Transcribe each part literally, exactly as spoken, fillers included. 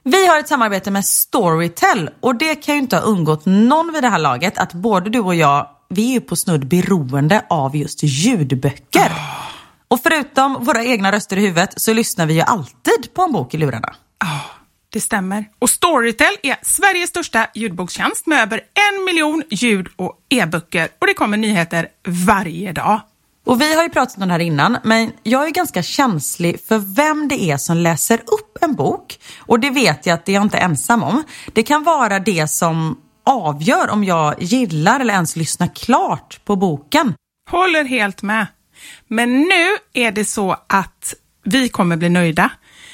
Vi har ett samarbete med Storytel och det kan ju inte ha undgått någon vid det här laget att både du och jag, vi är ju på snudd beroende av just ljudböcker. Oh. Och förutom våra egna röster i huvudet så lyssnar vi ju alltid på en bok i lurarna. Oh, det stämmer. Och Storytel är Sveriges största ljudbokstjänst med över en miljon ljud- och e-böcker. Och det kommer nyheter varje dag. Och vi har ju pratat om den här innan, men jag är ganska känslig för vem det är som läser upp en bok. Och det vet jag att det är jag inte ensam om. Det kan vara det som avgör om jag gillar eller ens lyssnar klart på boken. Håller helt med. Men nu är det så att vi kommer bli nöjda.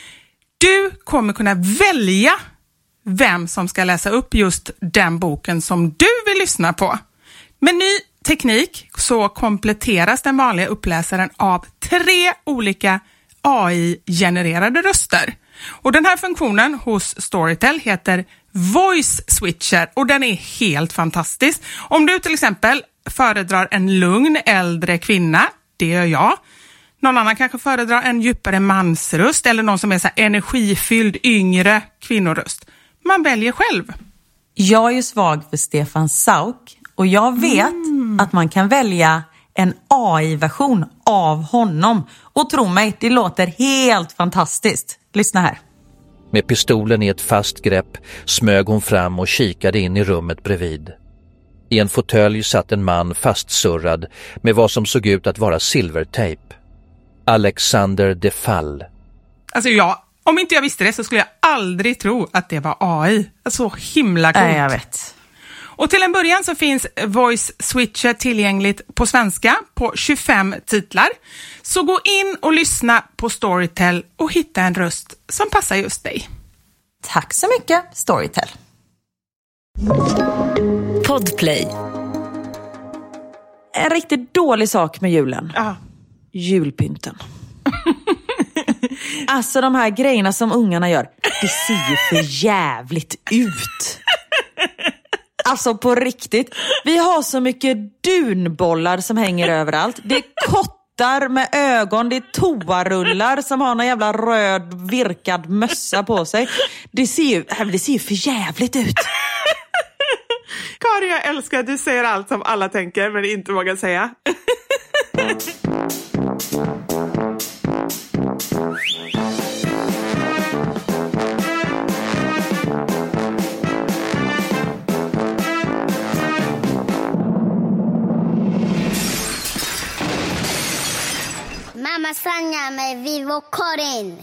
Du kommer kunna välja vem som ska läsa upp just den boken som du vill lyssna på. Med ny teknik så kompletteras den vanliga uppläsaren av tre olika A I-genererade röster. Och den här funktionen hos Storytel heter Voice Switcher och den är helt fantastisk. Om du till exempel föredrar en lugn äldre kvinna, det gör jag. Någon annan kanske föredrar en djupare mansröst eller någon som är så här energifylld yngre kvinnoröst. Man väljer själv. Jag är ju svag för Stefan Sauk och jag vet mm. att man kan välja en A I-version av honom. Och tro mig, det låter helt fantastiskt. Lyssna här. Med pistolen i ett fast grepp smög hon fram och kikade in i rummet bredvid. I en fåtölj satt en man fastsurrad med vad som såg ut att vara silvertejp. Alexander de Fall. Alltså ja, om inte jag visste det så skulle jag aldrig tro att det var A I. Så himla coolt. Nej, jag vet. Och till en början så finns Voice Switcher tillgängligt på svenska på tjugofem titlar. Så gå in och lyssna på Storytel och hitta en röst som passar just dig. Tack så mycket, Storytel. Podplay. En riktigt dålig sak med julen. Ja. Julpynten. Alltså de här grejerna som ungarna gör, det ser ju för jävligt ut. Alltså på riktigt. Vi har så mycket dunbollar som hänger överallt. Det är kottar med ögon. Det är toarullar som har någon jävla röd virkad mössa på sig. Det ser ju, det ser ju för jävligt ut. Karin, jag älskar att du säger allt som alla tänker men inte vågar säga. Mamma Sanja med Vivo Karin.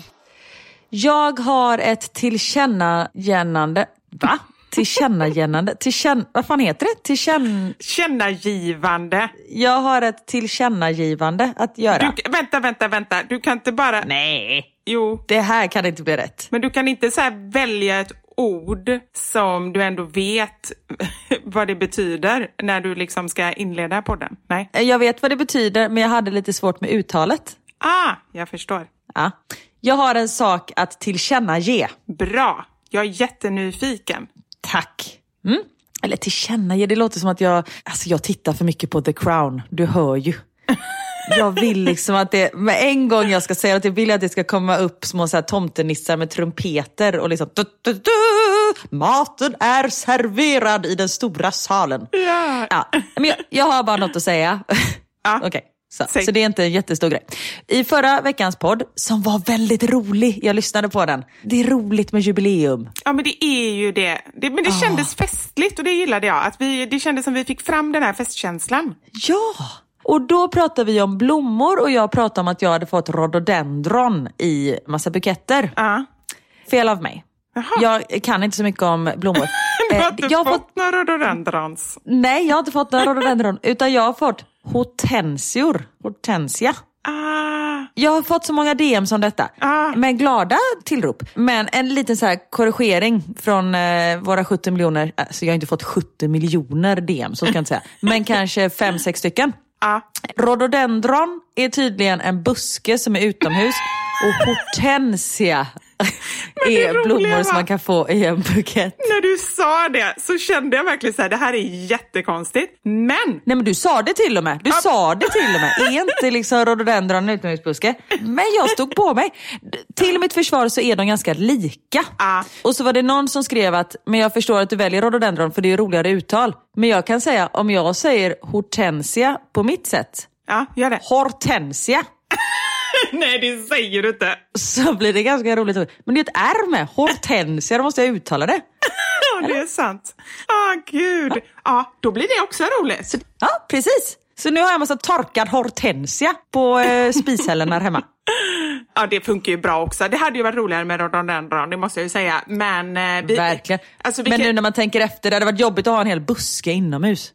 Jag har ett tillkännagivande. Va? Tillkännagivande? Tillkänn... Vad fan heter det? Tillkänn... Tillkännagivande. Jag har ett tillkännagivande att göra. Du, vänta, vänta, vänta. Du kan inte bara... Nej. Jo. Det här kan inte bli rätt. Men du kan inte så här välja ett ord som du ändå vet vad det betyder när du liksom ska inleda podden. Nej. Jag vet vad det betyder, men jag hade lite svårt med uttalet. Ah, jag förstår. Ja. Jag har en sak att tillkännage. Bra. Jag är jättenyfiken. Tack. Mm. Eller tillkännage, det låter som att jag... Alltså jag tittar för mycket på The Crown. Du hör ju. Jag vill liksom att det... Med en gång jag ska säga att jag vill att det ska komma upp små så här tomtenissar med trumpeter och liksom... Du, du, du, maten är serverad i den stora salen. Ja. Ja. Men jag, jag har bara något att säga. Ja. Okej. Okay. Så, så det är inte en jättestor grej. I förra veckans podd, som var väldigt rolig, jag lyssnade på den. Det är roligt med jubileum. Ja, men det är ju det. det men det oh. kändes festligt och det gillade jag. Att vi, det kändes som vi fick fram den här festkänslan. Ja, och då pratade vi om blommor och jag pratade om att jag hade fått rhododendron i massa buketter. Ja. Fel av mig. Jaha. Jag kan inte så mycket om blommor. Du har inte jag har fått, fått några rhododendrons? Nej, jag har inte fått några rhododendron. Utan jag har fått hortensior. Hortensia. Ah. Jag har fått så många D M som detta. Ah. Men glada tillrop. Men en liten så här korrigering från eh, våra sjuttio miljoner. Alltså jag har inte fått sjuttio miljoner D M, så ska jag inte säga. Men kanske fem sex stycken. Ah. Rhododendron är tydligen en buske som är utomhus. Och hortensia är blommor som man kan få i en bukett. När du sa det så kände jag verkligen så här, det här är jättekonstigt. Men... Nej men du sa det till och med. Du ja. sa det till och med. Är inte liksom rhododendron en utomhusbuske? Men jag stod på mig. Till mitt försvar så är de ganska lika. Ah. Och så var det någon som skrev att, men jag förstår att du väljer rhododendron för det är roligare uttal. Men jag kan säga, om jag säger hortensia på mitt sätt. Ja, gör det. Hortensia. Nej, det säger du inte. Så blir det ganska roligt. Men det är ett R med. Hortensia, då måste jag uttala det. Ja, det är sant. Åh, oh, gud. Ja. ja, då blir det också roligt. Så, ja, precis. Så nu har jag en massa torkad hortensia på eh, spishällen här hemma. Ja, det funkar ju bra också. Det hade ju varit roligare med rhododendron, det måste jag ju säga. Men, eh, vi, Verkligen. Alltså, vi Men kan... nu när man tänker efter, det hade varit jobbigt att ha en hel buske inomhus.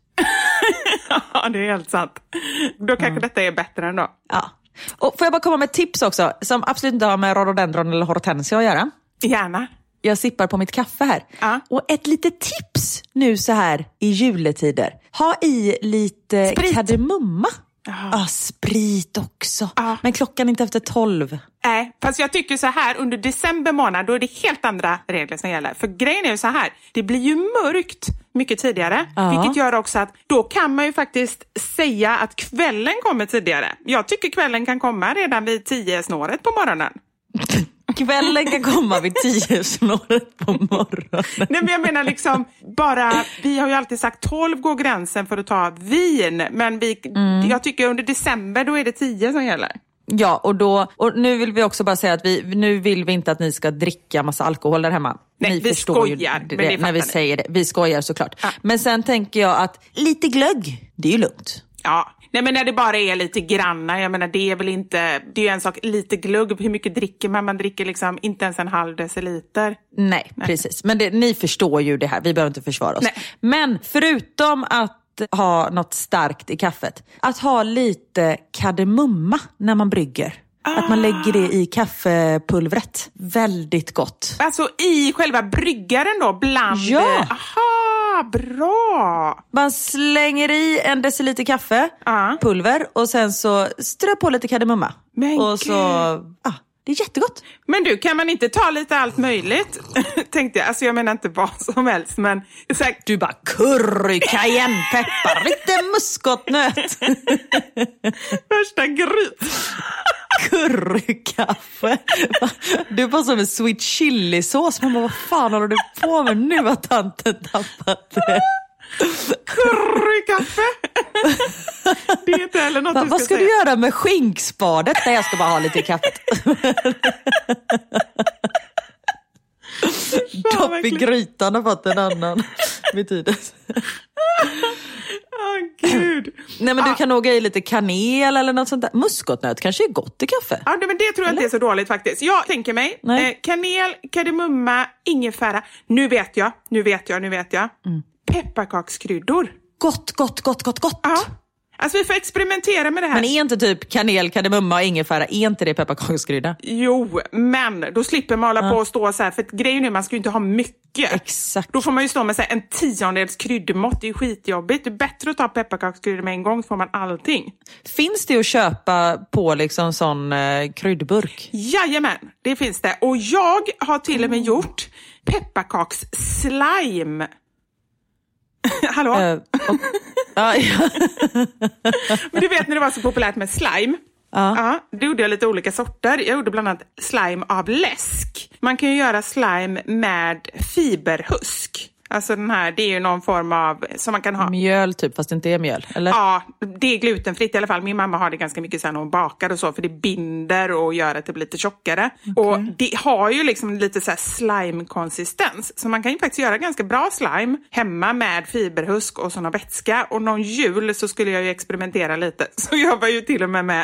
Ja, det är helt sant. Då kanske mm. detta är bättre ändå. Ja. Och får jag bara komma med ett tips också, som absolut inte har med rhododendron eller hortensia att göra? Gärna. Jag sippar på mitt kaffe här. Ja. Och ett litet tips nu så här i juletider. Ha i lite sprit. kardemumma. Ja, ah, sprit också. Ja. Men klockan är inte efter tolv. Nej, fast jag tycker så här, under december månad då är det helt andra regler som gäller. För grejen är ju så här, det blir ju mörkt mycket tidigare. Ja. Vilket gör också att då kan man ju faktiskt säga att kvällen kommer tidigare. Jag tycker kvällen kan komma redan vid tio snåret på morgonen. Kvällen kan komma vid tio snåret på morgonen. Nej, men jag menar liksom bara, vi har ju alltid sagt tolv går gränsen för att ta vin. Men vi, mm. jag tycker under december då är det tio som gäller. Ja, och, då, och nu vill vi också bara säga att vi, nu vill vi inte att ni ska dricka massa alkohol där hemma. Nej, ni vi skojar. Det, men det när vi ni. säger det. Vi skojar såklart. Ja. Men sen tänker jag att lite glögg, det är ju lugnt. Ja, nej men när det bara är lite granna, jag menar det är väl inte, det är ju en sak, lite glugg, hur mycket dricker man? Man dricker liksom inte ens en halv deciliter. Nej, Nej. precis. Men det, ni förstår ju det här, vi behöver inte försvara oss. Nej. Men förutom att ha något starkt i kaffet, att ha lite kardemumma när man brygger. Ah. Att man lägger det i kaffepulvret. Väldigt gott. Alltså i själva bryggaren då, bland... Ja! Aha, bra! Man slänger i en deciliter kaffe, ah. pulver, och sen så strö på lite kardemumma. Men och så... Ah, det är jättegott. Men du, kan man inte ta lite allt möjligt? Tänkte jag, alltså jag menar inte vad som helst, men... Så här... Du bara curry, cayennepeppar, lite muskotnöt. Värsta gryt. Currykaffe. Du är bara som en sweet chili-sås. Man bara, vad fan håller du på med nu? Har tanten tappat det? Currykaffe. Det är inte heller något Va, du ska Vad ska säga. du göra med skinkspadet? Nej, jag ska bara ha lite i kaffet. Dopp i grytan har fått en annan betydelse. Åh, oh, gud. Nej, men ah. du kan nog ha i lite kanel eller något sånt där. Muskotnöt kanske är gott i kaffe. Ja, men det tror jag eller? inte är så dåligt faktiskt. Jag tänker mig, eh, kanel, kardemumma, ingefära. Nu vet jag, nu vet jag, nu vet jag. Mm. Pepparkakskryddor. Gott, gott, gott, gott, gott. Ja. Alltså vi får experimentera med det här. Men är inte typ kanel, kardemumma och ingefära, är inte det pepparkakskrydda? Jo, men då slipper man hålla ja. på och stå så här. För grejen är, man ska ju inte ha mycket. Exakt. Då får man ju stå med så här, en tiondels kryddmått. Det är ju skitjobbigt. Det är bättre att ta pepparkakskryddor med en gång, så får man allting. Finns det att köpa på liksom sån eh, kryddburk? Jajamän, det finns det. Och jag har till och med gjort pepparkaksslime. Hallå? Uh, och, uh, ja. Men du vet när det var så populärt med slime? Ja. Ja, då gjorde jag lite olika sorter. Jag gjorde bland annat slime av läsk. Man kan ju göra slime med fiberhusk. Alltså den här, det är ju någon form av, som man kan ha. Mjöl typ, fast det inte är mjöl, eller? Ja, det är glutenfritt i alla fall. Min mamma har det ganska mycket sen när hon bakar och så, för det binder och gör att det blir lite tjockare. Okay. Och det har ju liksom lite så här slime-konsistens. Så man kan ju faktiskt göra ganska bra slime hemma med fiberhusk och såna vätska. Och någon jul så skulle jag ju experimentera lite. Så jag var ju till och med med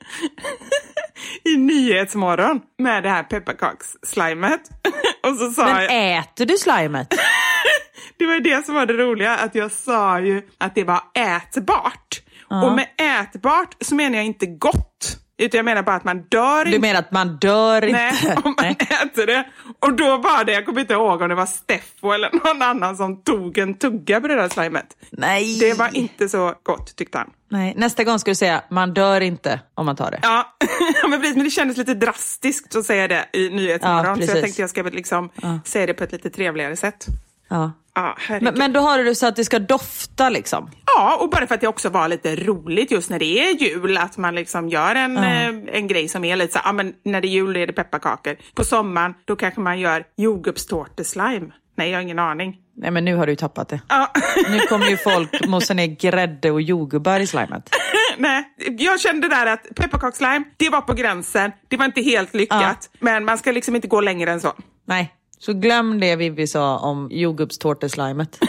i Nyhetsmorgon med det här pepparkaksslimet. Och så sa Men jag... äter du slimet? Det var det som var det roliga, att jag sa ju att det var ätbart. Uh-huh. Och med ätbart så menar jag inte gott. Utan jag menar bara att man dör inte. Du menar att man dör inte? Nej, om man Nej. äter det. Och då var det, jag kommer inte ihåg om det var Steffo eller någon annan som tog en tugga på det där slimet. Nej. Det var inte så gott, tyckte han. Nej, nästa gång ska du säga, man dör inte om man tar det. Ja, men, precis, men det kändes lite drastiskt att säga det i Nyhetsmorgon. Ja, så jag tänkte jag ska liksom ja. säga det på ett lite trevligare sätt. Ja. Ja, men, men då har du så att det ska dofta liksom? Ja, och bara för att det också var lite roligt just när det är jul. Att man liksom gör en, mm. eh, en grej som är lite så, ja men när det är jul är det pepparkakor. På sommaren, då kanske man gör jordgubbstårteslime. Nej, jag har ingen aning. Nej, men nu har du tappat det. Ja. Nu kommer ju folk mosa ner grädde och jordgubbar i slimet. Nej, jag kände där att pepparkakslime, det var på gränsen. Det var inte helt lyckat. Ja. Men man ska liksom inte gå längre än så. Nej. Så glöm det Vivi sa om jordgubbstårteslimet.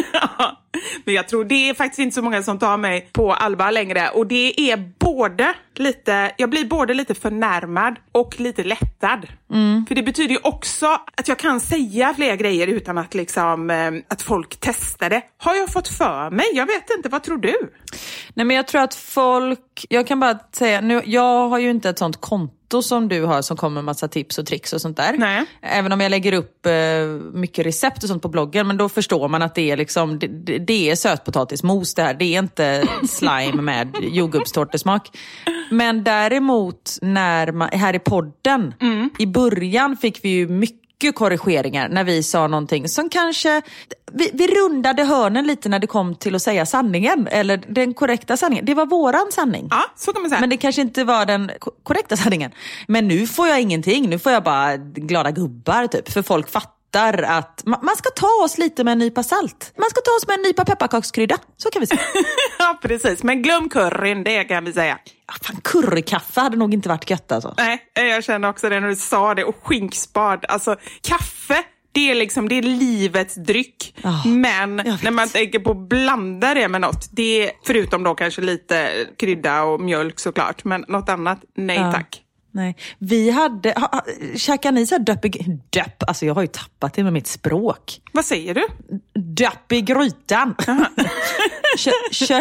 Ja, men jag tror det är faktiskt inte så många som tar mig på allvar längre. Och det är både lite, jag blir både lite förnärmad och lite lättad. Mm. För det betyder ju också att jag kan säga fler grejer utan att liksom, eh, att folk testar det. Har jag fått för mig? Jag vet inte, vad tror du? Nej, men jag tror att folk, jag kan bara säga, nu, jag har ju inte ett sånt konto som du har som kommer med massa tips och tricks och sånt där. Nej. Även om jag lägger upp eh, mycket recept och sånt på bloggen, men då förstår man att det är liksom, det, det är sötpotatismos det här. Det är inte slime med jordgubbstårtesmak. Men däremot när man, här i podden, mm. i början fick vi ju mycket korrigeringar när vi sa någonting som kanske, vi, vi rundade hörnen lite när det kom till att säga sanningen, eller den korrekta sanningen. Det var våran sanning. Ja, så kan man säga. Men det kanske inte var den korrekta sanningen. Men nu får jag ingenting, nu får jag bara glada gubbar typ, för folk fattar att man ska ta oss lite med en nypa salt. Man ska ta oss med en nypa pepparkakskrydda. Så kan vi säga. Ja, precis. Men glöm curryn, det kan vi säga. Ja, fan, currykaffe hade nog inte varit gött alltså. Nej, jag känner också det när du sa det. Och skinkspad. Alltså, kaffe, det är liksom, det är livets dryck. Oh, men när man tänker på att blanda det med något, det är, förutom då kanske lite krydda och mjölk såklart. Men något annat, nej ja. tack. Nej, vi hade, ha, ha, käkar ni så här döpp i, döpp, alltså jag har ju tappat det med mitt språk. Vad säger du? Döpp i grytan. kör, kör,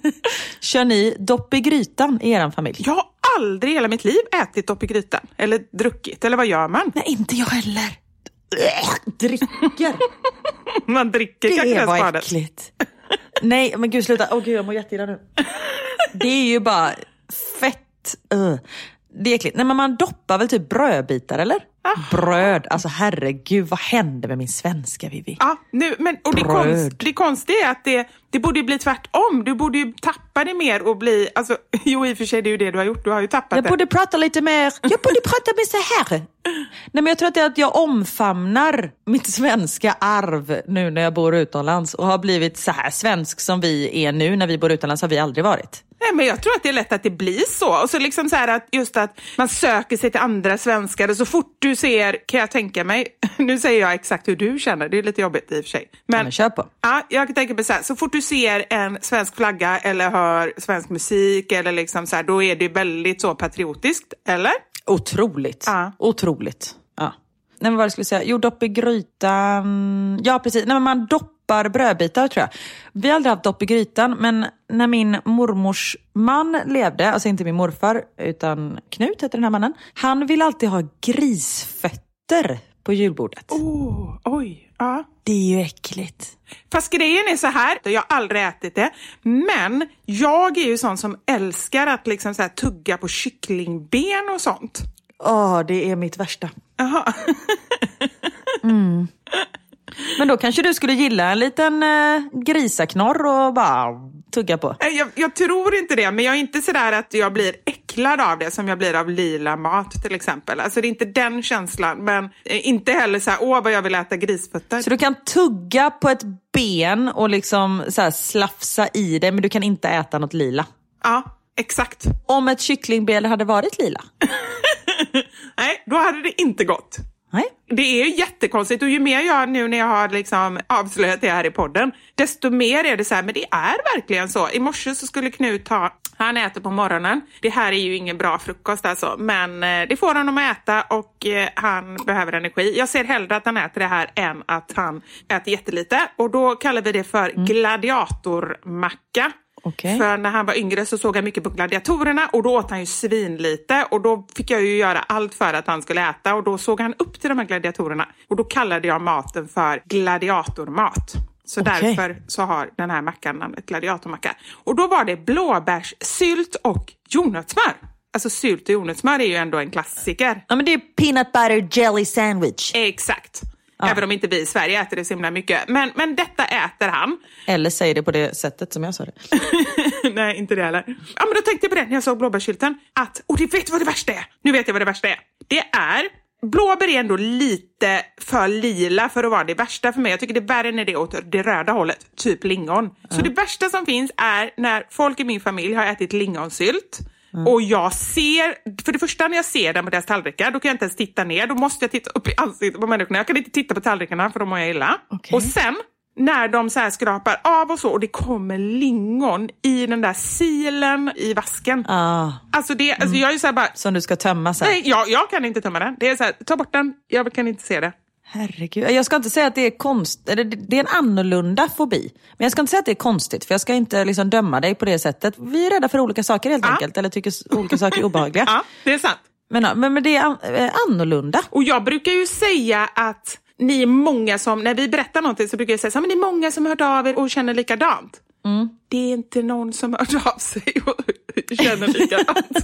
kör ni dopp i grytan i er familj? Jag har aldrig i hela mitt liv ätit dopp i grytan. Eller druckit, eller vad gör man? Nej, inte jag heller. Dricker. Man dricker kanske det var äckligt. Nej, men gud sluta. Åh oh, gud, jag mår jätteilla nu. Det är ju bara fett. Uh. Det är äckligt. Nej, men man doppar väl typ brödbitar, eller? Aha. Bröd. Alltså herregud, vad hände med min svenska, Vivi? Ja, nu, men, och det, konst, det konstiga är att det, det borde ju bli tvärtom. Du borde ju tappa det mer och bli... Alltså, jo, i och för sig det är ju det du har gjort. Du har ju tappat jag det. Jag borde prata lite mer... Jag borde prata med så här. Nej, men jag tror att det är att jag omfamnar mitt svenska arv nu när jag bor utomlands och har blivit så här svensk som vi är nu när vi bor utomlands har vi aldrig varit. Nej, men jag tror att det är lätt att det blir så. Och så liksom så här att just att man söker sig till andra svenskar. Och så fort du ser, kan jag tänka mig, nu säger jag exakt hur du känner, det är lite jobbigt i och för sig. Men, ja, men kör på. Ja, jag kan tänka mig så här, så fort du ser en svensk flagga eller hör svensk musik eller liksom så här, då är det väldigt så patriotiskt, eller? Otroligt, ja. Otroligt. Ja. Nej, men vad jag skulle säga, jo, dopp i grytan, ja precis, nej men man doppar brödbitar tror jag. Vi har aldrig haft dopp i grytan, men när min mormors man levde, alltså inte min morfar utan Knut heter den här mannen, han vill alltid ha grisfötter på julbordet. Oh, oj, ja. Det är ju äckligt. Fast grejen är så här, jag har aldrig ätit det, men jag är ju sån som älskar att liksom så här tugga på kycklingben och sånt. Ja, oh, det är mitt värsta. Jaha. mm. Men då kanske du skulle gilla en liten eh, grisaknorr och bara tugga på. Jag, jag tror inte det, men jag är inte sådär att jag blir äcklad av det som jag blir av lila mat till exempel. Alltså det är inte den känslan, men eh, inte heller så här, åh vad jag vill äta grisfötter. Så du kan tugga på ett ben och liksom så här slafsa i det, men du kan inte äta något lila? Ja, exakt. Om ett kycklingben hade varit lila? Nej, då hade det inte gått. Nej. Det är ju jättekonstigt, och ju mer jag nu när jag har liksom avslöjat det här i podden, desto mer är det så här, men det är verkligen så. I morse så skulle Knut ha, han äter på morgonen. Det här är ju ingen bra frukost alltså, men det får honom att äta och han behöver energi. Jag ser hellre att han äter det här än att han äter jättelite, och då kallar vi det för gladiatormacka. Okay. För när han var yngre så såg han mycket på gladiatorerna och då åt han ju svin lite. Och då fick jag ju göra allt för att han skulle äta. Och då såg han upp till de här gladiatorerna. Och då kallade jag maten för gladiatormat. Så okay. därför så har den här mackan namnet gladiatormacka. Och då var det blåbärssylt och jordnötssmör. Alltså sylt och jordnötssmör är ju ändå en klassiker. Ja, men det är peanut butter jelly sandwich. Exakt. Ja. Även om inte vi i Sverige äter det så himla mycket. Men, men detta äter han. Eller säger det på det sättet som jag sa det. Nej, inte det heller. Ja, men då tänkte jag på det när jag såg blåbärssylten. Att, och det vet vad det värsta är. Nu vet jag vad det värsta är. Det är, blåbär är ändå lite för lila för att vara det värsta för mig. Jag tycker det är värre när det är åt det röda hållet. Typ lingon. Mm. Så det värsta som finns är när folk i min familj har ätit lingonsylt. Mm. Och jag ser, för det första när jag ser den på deras tallrikar, då kan jag inte ens titta ner. Då måste jag titta upp i ansiktet på människorna. Jag kan inte titta på tallrikarna för då mår jag illa. Okay. Och sen när de så här skrapar av och så och det kommer lingon i den där silen i vasken. Ah. Alltså det, alltså jag är ju så här bara... Som du ska tömma sen. Nej, jag, jag kan inte tömma den. Det är så här, ta bort den, jag kan inte se det. Herregud, jag ska inte säga att det är konst, eller det är en annorlunda fobi. Men jag ska inte säga att det är konstigt, för jag ska inte liksom döma dig på det sättet. Vi är rädda för olika saker helt ja. enkelt, eller tycker olika saker är obehagliga. Ja, det är sant. Men, men, men det är annorlunda. Och jag brukar ju säga att ni är många som, när vi berättar någonting så brukar jag säga så, men det är många som har hört av er och känner likadant. Mm. Det är inte någon som har hört av sig och känner likadant.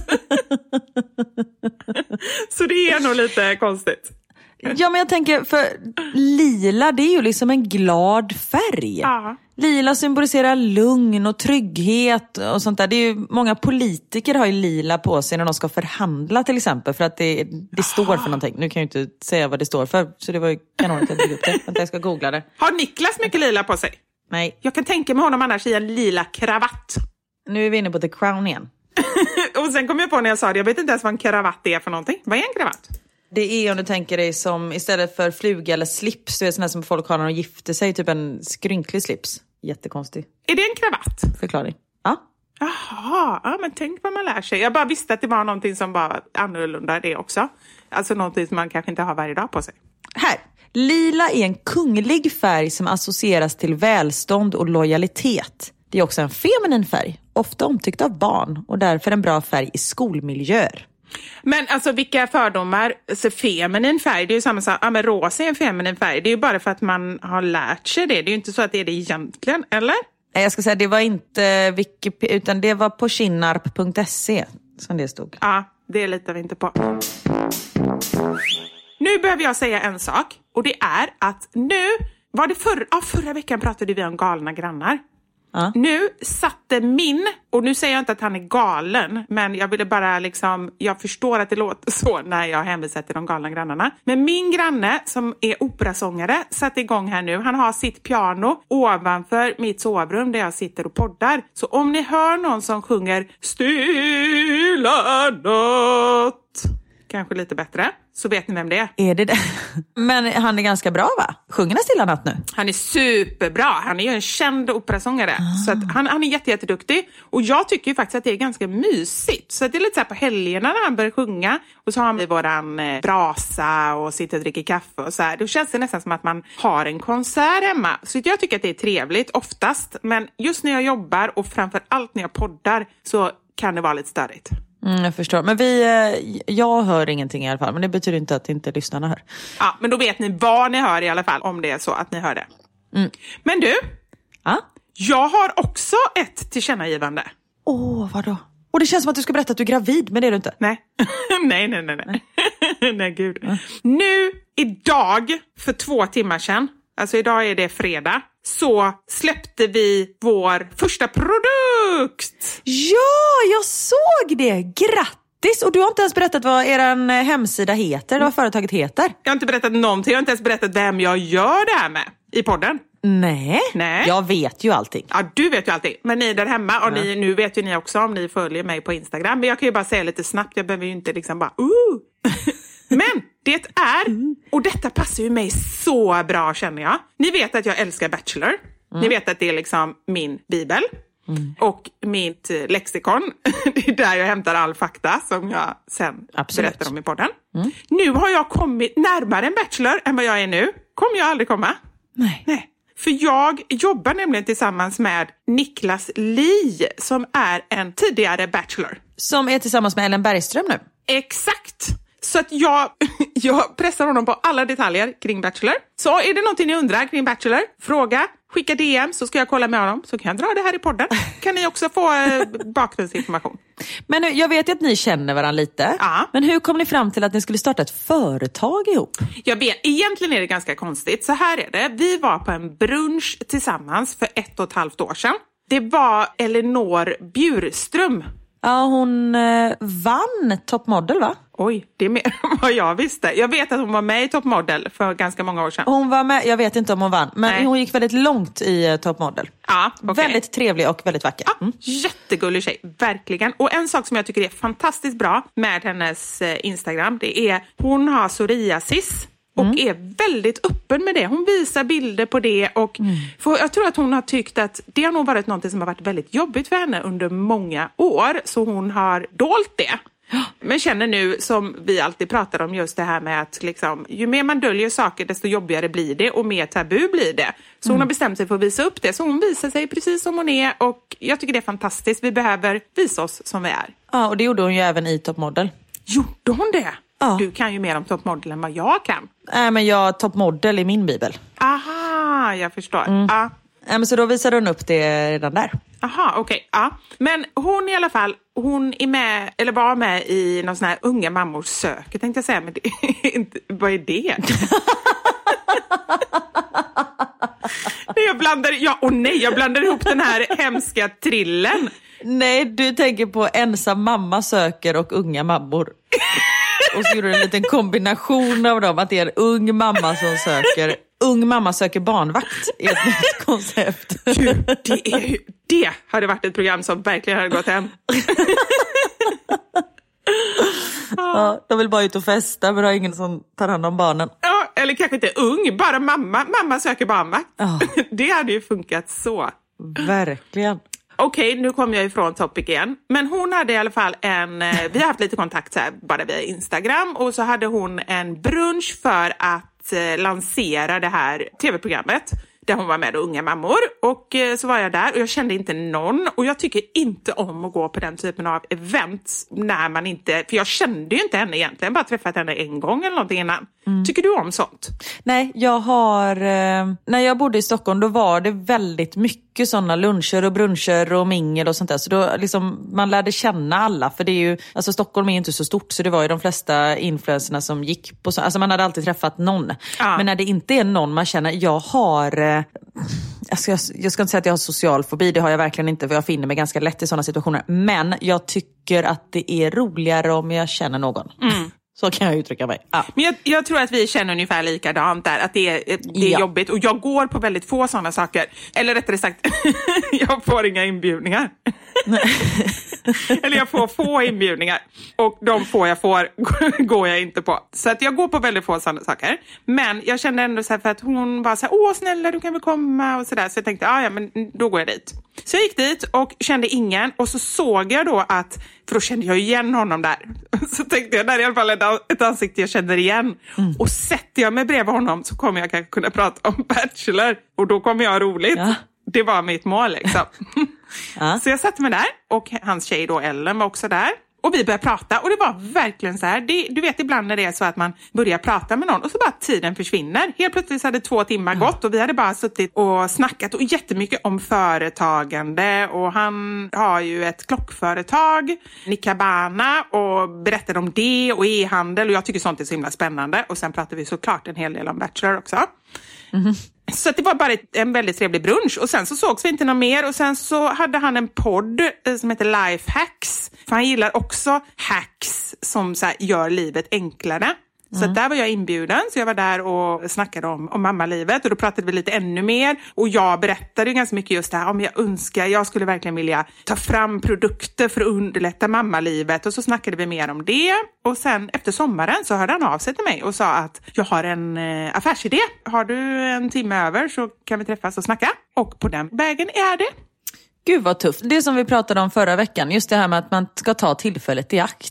Så det är nog lite konstigt. Ja, men jag tänker, för lila, det är ju liksom en glad färg. Ja. Lila symboliserar lugn och trygghet och sånt där. Det är ju, många politiker har ju lila på sig när de ska förhandla till exempel, för att det, det står för någonting. Nu kan jag ju inte säga vad det står för, så det var ju kanon att jag drog upp det. Vänta, jag ska googla det. Har Niklas mycket lila på sig? Nej. Jag kan tänka mig honom annars i en lila kravatt. Nu är vi inne på The Crown igen. Och sen kom jag på när jag sa det, jag vet inte ens vad en kravatt är för någonting. Vad är en kravatt? Det är, om du tänker dig, som istället för fluga eller slips, du är sån här som folk har när de gifter sig, typ en skrynklig slips. Jättekonstig. Är det en kravatt? Förklaring. Ja. Jaha, ja, men tänk vad man lär sig. Jag bara visste att det var någonting som var annorlunda det också. Alltså någonting som man kanske inte har varje dag på sig. Här. Lila är en kunglig färg som associeras till välstånd och lojalitet. Det är också en feminin färg, ofta omtyckt av barn, och därför en bra färg i skolmiljöer. Men alltså vilka fördomar, så feminin färg, det är ju samma sak, ja men rosa är en feminin färg, det är ju bara för att man har lärt sig det, det är ju inte så att det är det egentligen, eller? Jag ska säga, det var inte Wikipedia, utan det var på kinnarp punkt se som det stod. Ja, det litar vi inte på. Nu behöver jag säga en sak, och det är att nu, var det förra, ja, förra veckan pratade vi om galna grannar. Uh. Nu satte min, och nu säger jag inte att han är galen, men jag ville bara liksom, jag förstår att det låter så när jag hänvisar till de galna grannarna. Men min granne som är operasångare satte igång här nu, han har sitt piano ovanför mitt sovrum där jag sitter och poddar. Så om ni hör någon som sjunger Stilla natt, kanske lite bättre, så vet ni vem det är. Är det det? Men han är ganska bra, va? Sjunger han Stilla natt nu? Han är superbra. Han är ju en känd operasångare. Ah. Så att han, han är jätte, jätteduktig. Och jag tycker ju faktiskt att det är ganska mysigt. Så att det är lite så här på helgerna när han börjar sjunga. Och så har vi våran eh, brasa och sitter och dricker kaffe och så här. Då känns det nästan som att man har en konsert hemma. Så jag tycker att det är trevligt oftast. Men just när jag jobbar och framför allt när jag poddar så kan det vara lite störigt. Mm, jag förstår. Men vi, jag hör ingenting i alla fall. Men det betyder inte att inte lyssnarna hör. Ja, men då vet ni vad ni hör i alla fall. Om det är så att ni hör det. Mm. Men du, ja? Jag har också ett tillkännagivande. Åh, vadå? Och det känns som att du ska berätta att du är gravid, men det är du inte. Nej, nej, nej, nej. Nej, nej gud. Mm. Nu, idag, för två timmar sedan. Alltså idag är det fredag. Så släppte vi vår första produkt. Ja, jag såg det. Grattis. Och du har inte ens berättat vad er hemsida heter, eller vad företaget heter. Jag har inte berättat någonting. Jag har inte ens berättat vem jag gör det här med i podden. Nej, Nej. Jag vet ju allting. Ja, du vet ju allting. Men ni där hemma, och ja. ni, nu vet ju ni också om ni följer mig på Instagram. Men jag kan ju bara säga lite snabbt. Jag behöver ju inte liksom bara... Uh. Men det är, och detta passar ju mig så bra känner jag. Ni vet att jag älskar Bachelor. Mm. Ni vet att det är liksom min bibel. Mm. Och mitt lexikon. Det är där jag hämtar all fakta som jag sen Absolut. berättar om i podden. Mm. Nu har jag kommit närmare en Bachelor än vad jag är nu. Kommer jag aldrig komma? Nej. Nej. För jag jobbar nämligen tillsammans med Niklas Li som är en tidigare bachelor. Som är tillsammans med Ellen Bergström nu. Exakt. Så att jag, jag pressar honom på alla detaljer kring Bachelor. Så är det någonting ni undrar kring Bachelor, fråga, skicka D M så ska jag kolla med honom. Så kan jag dra det här i podden. Kan ni också få eh, bakgrundsinformation. Men nu, jag vet ju att ni känner varandra lite. Ja. Men hur kom ni fram till att ni skulle starta ett företag ihop? Jag vet, egentligen är det ganska konstigt. Så här är det. Vi var på en brunch tillsammans för ett och ett halvt år sedan. Det var Elinor Bjurström. Ja, hon eh, vann Top Model, va? Oj, det är mer än vad jag visste. Jag vet att hon var med i Top Model för ganska många år sedan. Hon var med, jag vet inte om hon vann, men Nej. hon gick väldigt långt i uh, Top Model. Ja, okay. Väldigt trevlig och väldigt vacker. Ja, jättegullig tjej, verkligen. Och en sak som jag tycker är fantastiskt bra med hennes eh, Instagram, det är hon har psoriasis. Och mm. är väldigt öppen med det. Hon visar bilder på det. Och mm. för jag tror att hon har tyckt att det har nog varit något som har varit väldigt jobbigt för henne under många år. Så hon har dolt det. Men känner nu, som vi alltid pratar om, just det här med att liksom, ju mer man döljer saker desto jobbigare blir det. Och mer tabu blir det. Så mm. hon har bestämt sig för att visa upp det. Så hon visar sig precis som hon är. Och jag tycker det är fantastiskt. Vi behöver visa oss som vi är. Ja, och det gjorde hon ju även i Top Model. Gjorde hon det? Ja. Du kan ju mer om Top Model än vad jag kan. Nej, men jag Top Model i min bibel. Aha, jag förstår. Mm. Ja. Nej, men så då visade hon upp det redan där. Aha, okej. Okay. Ja. Men hon i alla fall, hon är med, eller var med i någon sån här unga mammors söker, tänkte jag säga. Men det är inte, vad är det? nej, jag blandar, ja, och nej, jag blandar ihop den här hemska trillen. Nej, du tänker på ensam mamma söker och unga mammor. Och så gjorde du en liten kombination av dem. Att det är en ung mamma som söker. Ung mamma söker barnvakt. Är ett nytt koncept. Du, det, är ju, det hade varit ett program som verkligen hade gått hem. Ja, de vill bara ut och festa. Men det är ingen som tar hand om barnen. Ja, eller kanske inte ung. Bara mamma. Mamma söker barnvakt. Ja. Det hade ju funkat så. Verkligen. Okej, okay, nu kommer jag ifrån topic igen. Men hon hade i alla fall en... Vi har haft lite kontakt så här, bara via Instagram. Och så hade hon en brunch för att eh, lansera det här tv-programmet. Där hon var med och unga mammor. Och eh, så var jag där och jag kände inte någon. Och jag tycker inte om att gå på den typen av event. När man inte... För jag kände ju inte henne egentligen. Bara träffat henne en gång eller någonting innan. Mm. Tycker du om sånt? Nej, jag har... Eh, när jag bodde i Stockholm då var det väldigt mycket sådana luncher och bruncher och mingel och sånt där. Så då liksom, man lärde känna alla. För det är ju... Alltså Stockholm är ju inte så stort. Så det var ju de flesta influencerna som gick på... Så, alltså man hade alltid träffat någon. Ja. Men när det inte är någon man känner... Jag har... Eh, alltså jag, jag ska inte säga att jag har social fobi. Det har jag verkligen inte. För jag finner mig ganska lätt i sådana situationer. Men jag tycker att det är roligare om jag känner någon. Mm. Så kan jag uttrycka mig. Ja. Men jag, jag tror att vi känner ungefär likadant där. Att det är, det är ja. jobbigt. Och jag går på väldigt få sådana saker. Eller rättare sagt, jag får inga inbjudningar. Eller jag får få inbjudningar. Och de få jag får går jag inte på. Så att jag går på väldigt få sådana saker. Men jag kände ändå så här för att hon var så här, åh snälla du kan väl komma och sådär. Så jag tänkte, ja men då går jag dit. Så jag gick dit och kände ingen. Och så såg jag då att, för då kände jag igen honom där. Så tänkte jag, där är i alla fall ett ansikte jag känner igen. Mm. Och sätter jag mig bredvid honom så kommer jag kanske kunna prata om Bachelor. Och då kommer jag ha roligt. Ja. Det var mitt mål liksom. Ja. Så jag satte mig där och hans tjej då Ellen var också där. Och vi började prata och det var verkligen så här. Det, du vet ibland när det är så att man börjar prata med någon och så bara tiden försvinner. Helt plötsligt hade två timmar mm. gått och vi hade bara suttit och snackat och jättemycket om företagande. Och han har ju ett klockföretag, Nikabana, och berättade om det och e-handel. Och jag tycker sånt är så himla spännande. Och sen pratade vi såklart en hel del om Bachelor också. Mm. Så det var bara en väldigt trevlig brunch. Och sen så sågs vi inte något mer. Och sen så hade han en podd som heter Lifehacks. För han gillar också hacks som så här gör livet enklare. Så mm. där var jag inbjuden. Så jag var där och snackade om, om mammalivet. Och då pratade vi lite ännu mer. Och jag berättade ju ganska mycket just det här. Om jag önskar, jag skulle verkligen vilja ta fram produkter för att underlätta mammalivet. Och så snackade vi mer om det. Och sen efter sommaren så hörde han av sig till mig. Och sa att jag har en eh, affärsidé. Har du en timme över så kan vi träffas och snacka. Och på den vägen är det. Gud vad tufft. Det som vi pratade om förra veckan. Just det här med att man ska ta tillfället i akt.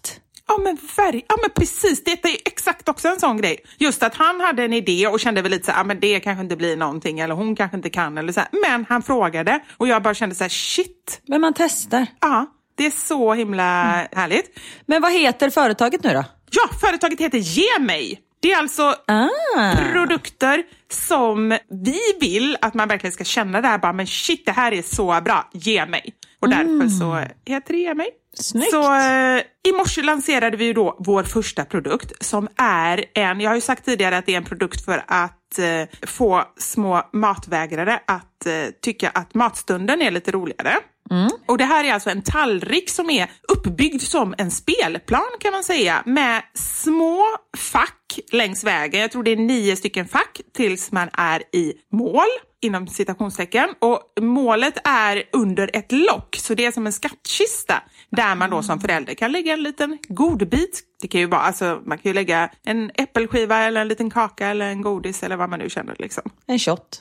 Ja men, ver- ja men precis, det är exakt också en sån grej. Just att han hade en idé och kände väl lite så här, ja men det kanske inte blir någonting eller hon kanske inte kan eller så här. Men han frågade och jag bara kände så här, shit. Men man testar. Ja, det är så himla mm. härligt. Men vad heter företaget nu då? Ja, företaget heter Ge mig. Det är alltså ah. produkter som vi vill att man verkligen ska känna det här. Bara, men shit, det här är så bra. Ge mig. Och därför mm. så heter det Ge mig. Snyggt. Så eh, i morse lanserade vi ju då vår första produkt som är en, jag har ju sagt tidigare att det är en produkt för att eh, få små matvägrare att eh, tycka att matstunden är lite roligare. Mm. Och det här är alltså en tallrik som är uppbyggd som en spelplan kan man säga. Med små fack längs vägen. Jag tror det är nio stycken fack tills man är i mål. Inom citationstecken. Och målet är under ett lock. Så det är som en skattkista. Där man då som förälder kan lägga en liten godbit. Det kan ju vara, alltså man kan ju lägga en äppelskiva eller en liten kaka eller en godis eller vad man nu känner liksom. En shot.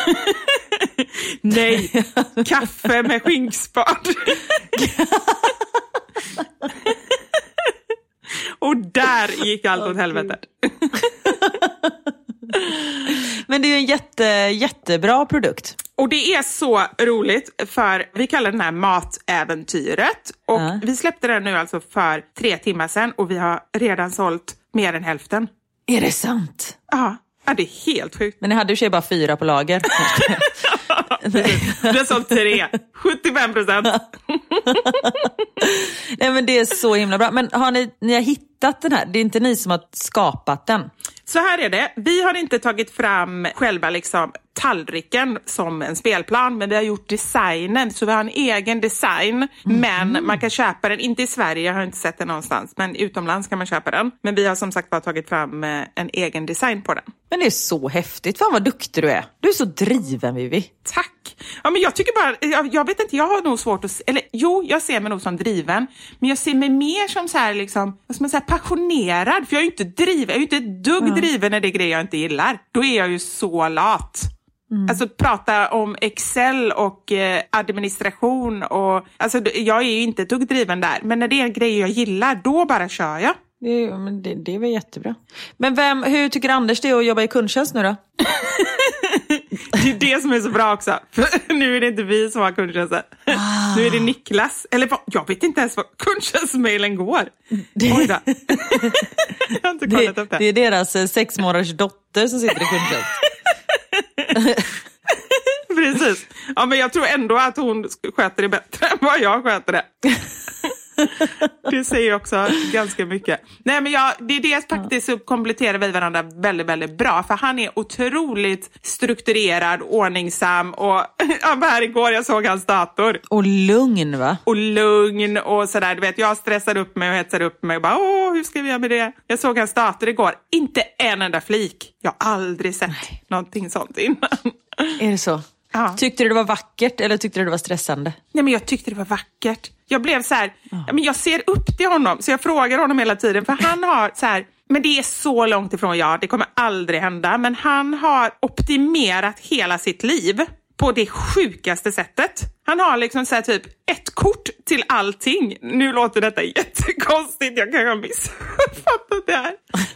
Nej, kaffe med skinkspad. Och där gick allt åt helvete. Men det är ju en jätte, jättebra produkt. Och det är så roligt för vi kallar den här matäventyret. Och ja. Vi släppte den nu alltså för tre timmar sedan och vi har redan sålt mer än hälften. Är det sant? Ja. Ja, det är helt sjukt. Men ni hade ju sig bara fyra på lager. Du har sålt tre. sjuttiofem procent. Nej, men det är så himla bra. Men har ni, ni har hittat den här? Det är inte ni som har skapat den? Så här är det. Vi har inte tagit fram själva liksom tallriken som en spelplan, men vi har gjort designen. Så vi har en egen design, mm. men man kan köpa den, inte i Sverige, jag har inte sett den någonstans, men utomlands kan man köpa den. Men vi har som sagt bara tagit fram en egen design på den. Men det är så häftigt, fan vad duktig du är. Du är så driven, Vivi. Tack. Ja, men jag tycker bara, jag, jag vet inte, jag har nog svårt att, eller jo, jag ser mig nog som driven, men jag ser mig mer som så här liksom, vad ska man säga, passionerad, för jag är ju inte driven, jag är ju inte ett dugg mm. driven när det är grejer jag inte gillar. Då är jag ju så lat. Mm. Alltså prata om Excel och eh, administration och alltså jag är ju inte ett dugg driven där, men när det är grejer jag gillar, då bara kör jag. Det, men det, det är väl jättebra. Men vem, hur tycker Anders det är att jobba i kundtjänst nu då? Det är det som är så bra också. För nu är det inte vi som har kundtjänsten. Ah. Nu är det Niklas. Eller jag vet inte ens vad kundtjänstmailen går. Det, Oj då. Jag har inte kollat det, upp det. Det är deras eh, sex månaders dotter som sitter i kundtjänst. Precis. Ja, men jag tror ändå att hon sköter det bättre än vad jag sköter det. Det säger också ganska mycket. Nej, men jag, det är det faktiskt, så kompletterar vi varandra väldigt, väldigt bra. För han är otroligt strukturerad, ordningsam och ja, här igår jag såg hans dator. Och lugn, va? Och lugn och sådär, du vet, jag stressade upp mig och hetsade upp mig och bara, åh, hur ska vi göra med det? Jag såg hans dator igår, inte en enda flik. Jag har aldrig sett Nej. någonting sånt innan. Är det så? Ja. Tyckte du det var vackert eller tyckte du det var stressande? Nej, men jag tyckte det var vackert. Jag blev så här, ja. Ja, men jag ser upp till honom så jag frågar honom hela tiden. För han har så här, men det är så långt ifrån jag, det kommer aldrig hända. Men han har optimerat hela sitt liv på det sjukaste sättet. Han har liksom så här typ ett kort till allting. Nu låter detta jättekonstigt, jag kan ha missuppfattat det här.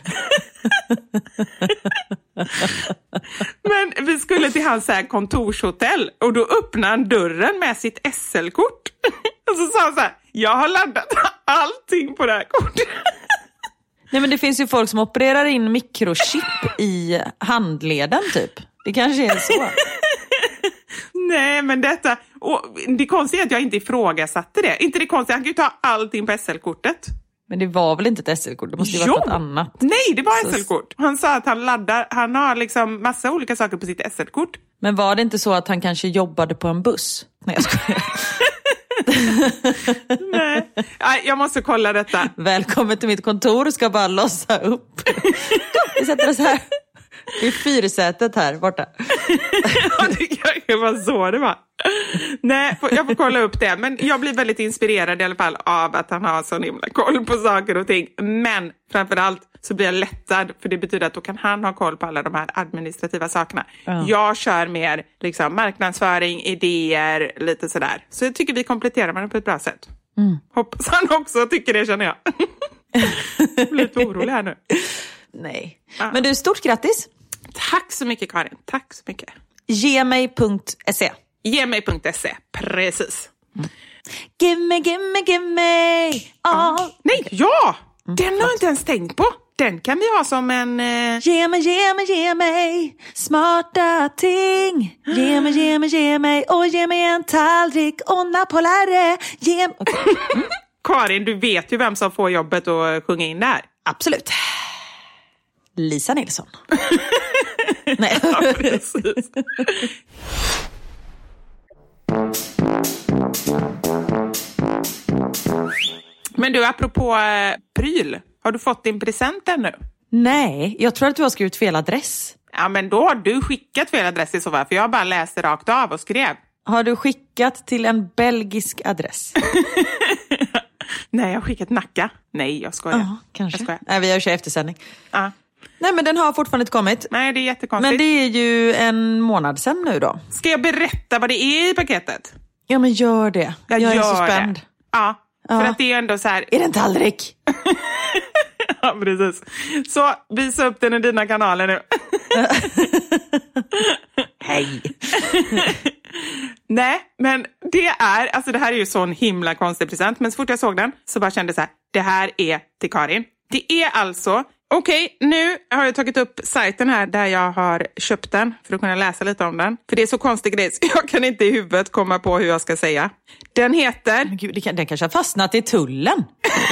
Men vi skulle till hans så här kontorshotell och då öppnade han dörren med sitt S L-kort. Och så sa han så här, jag har laddat allting på det här kortet. Nej, men det finns ju folk som opererar in mikrochip i handleden typ. Det kanske är så. Nej, men detta, och det konstiga är att jag inte ifrågasatte det. Inte det konstiga, han kan ju ta allting på S L-kortet. Men det var väl inte ett S L-kort? Det måste ju vara något annat. Nej, det var S L-kort. Han sa att han laddar, han har liksom massa olika saker på sitt S L-kort. Men var det inte så att han kanske jobbade på en buss? Nej, jag skojar. Nej, jag måste kolla detta. Välkommen till mitt kontor, ska bara lossa upp. Kom, vi sätter oss här. Det är fyrsätet här borta. Ja, det kanske var så det var. Nej, jag får kolla upp det. Men jag blir väldigt inspirerad i alla fall av att han har sån himla koll på saker och ting. Men framförallt så blir jag lättad, för det betyder att då kan han ha koll på alla de här administrativa sakerna. Mm. Jag kör mer liksom marknadsföring, idéer, lite sådär. Så jag tycker vi kompletterar varandra på ett bra sätt. Mm. Hoppas han också tycker det, känner jag. Jag blir lite orolig här nu. Nej. Ja. Men du, stort grattis. Tack så mycket, Karin. Tack så mycket. Gemej punkt se. Gemej punkt se, precis. Give me, give me, give me all. Nej, ja! Den har jag inte ens tänkt på. Den kan vi ha som en... Eh... Ge mig, ge mig, ge mig smarta ting. Ge mig, ge mig, ge mig och ge mig en tallrik och napolare. Ge... Okay. Mm. Karin, du vet ju vem som får jobbet att sjunga in där. Absolut. Lisa Nilsson. Nej. Ja, precis. Men du, apropå eh, pryl. Har du fått din present ännu? Nej, jag tror att du har skrivit fel adress. Ja, men då har du skickat fel adress i så fall. För jag bara läste rakt av och skrev. Har du skickat till en belgisk adress? Nej, jag har skickat Nacka. Nej, jag skojar. Ja, kanske. Jag skojar. Nej, vi har ju kört eftersändning. Ja. Nej, men den har fortfarande inte kommit. Nej, det är jättekonstigt. Men det är ju en månad sedan nu då. Ska jag berätta vad det är i paketet? Ja, men gör det. Jag, jag är så spänd. Det. Ja, för Ja. att det är ändå så här... Är det en tallrik? Ja, precis. Så visa upp den i dina kanaler nu. Hej. Nej, men det är, alltså det här är ju så en himla konstig present. Men så fort jag såg den så bara kände jag så här, det här är till Karin. Det är alltså, okej, okay, nu har jag tagit upp sajten här där jag har köpt den för att kunna läsa lite om den. För det är så konstig grej så jag kan inte i huvudet komma på hur jag ska säga. Den heter... Men gud, det kan, den kanske har fastnat i tullen.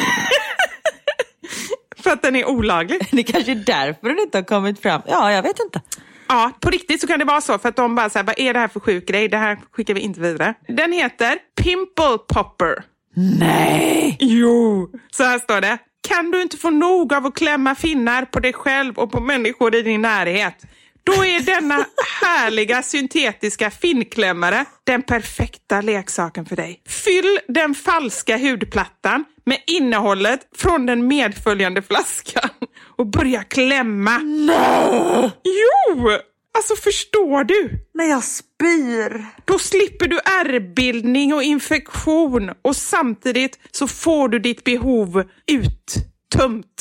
För att den är olaglig. Det kanske är därför den inte har kommit fram. Ja, jag vet inte. Ja, på riktigt så kan det vara så. För att de bara säger, vad är det här för sjuk grej? Det här skickar vi inte vidare. Den heter Pimple Popper. Nej! Jo, så här står det. Kan du inte få nog av att klämma finnar på dig själv och på människor i din närhet? Då är denna härliga syntetiska finnklämmare den perfekta leksaken för dig. Fyll den falska hudplattan med innehållet från den medföljande flaskan och börja klämma. Nej! Jo! Alltså förstår du? När jag spyr. Då slipper du ärrbildning och infektion och samtidigt så får du ditt behov uttömt.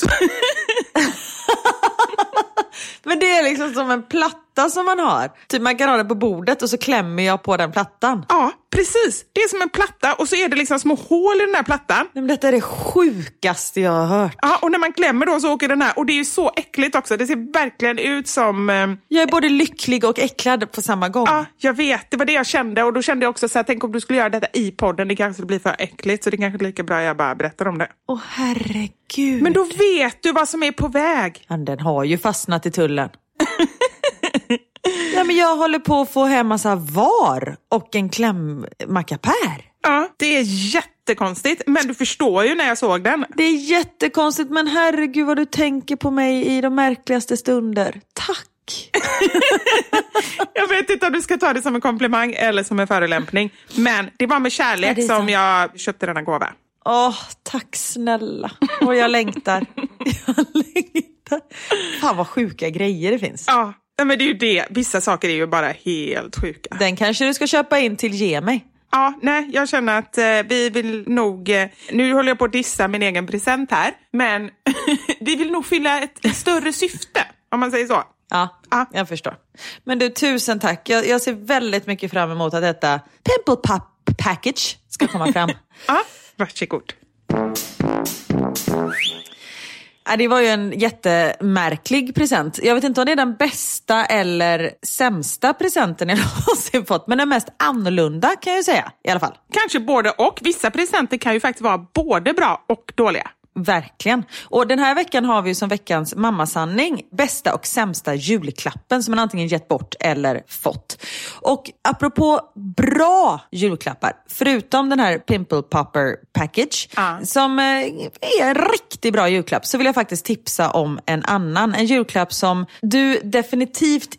Men det är liksom som en platta som man har. Typ man kan ha den på bordet och så klämmer jag på den plattan. Ja, precis. Det är som en platta och så är det liksom små hål i den här plattan. Men detta är det sjukaste jag har hört. Ja, och när man klämmer då så åker den här. Och det är ju så äckligt också. Det ser verkligen ut som... Eh... Jag är både lycklig och äcklad på samma gång. Ja, jag vet. Det var det jag kände. Och då kände jag också så här, tänk om du skulle göra detta i podden. Det kanske blir för äckligt. Så det kanske är lika bra jag bara berättar om det. Åh herregud. Men då vet du vad som är på väg. Ja, den har ju fastnat i tullen. Ja, men jag håller på att få hem massa var och en klämmackapär. Ja, det är jättekonstigt. Men du förstår ju när jag såg den. Det är jättekonstigt, men herregud vad du tänker på mig i de märkligaste stunder. Tack. Jag vet inte om du ska ta det som en komplimang eller som en förolämpning. Men det var med kärlek ja, som jag köpte denna gåva. Åh, tack snälla. Och jag längtar. Jag längtar. Fan vad sjuka grejer det finns. Ja, men det är ju det. Vissa saker är ju bara helt sjuka. Den kanske du ska köpa in till Ge mig. Ja, nej, jag känner att eh, vi vill nog... Eh, nu håller jag på att dissa min egen present här. Men vi vill nog fylla ett, ett större syfte, om man säger så. Ja, ja, jag förstår. Men du, tusen tack. Jag, jag ser väldigt mycket fram emot att detta Pimple Pop Package ska komma fram. Ja, varsågod. Ja, det var ju en jättemärklig present. Jag vet inte om det är den bästa eller sämsta presenten jag någonsin fått. Men den mest annorlunda kan jag ju säga i alla fall. Kanske både och. Vissa presenter kan ju faktiskt vara både bra och dåliga. Verkligen. Och den här veckan har vi ju som veckans mammasanning bästa och sämsta julklappen som man antingen gett bort eller fått. Och apropå bra julklappar, förutom den här Pimple Popper Package ah. som är en riktigt bra julklapp, så vill jag faktiskt tipsa om en annan. En julklapp som du definitivt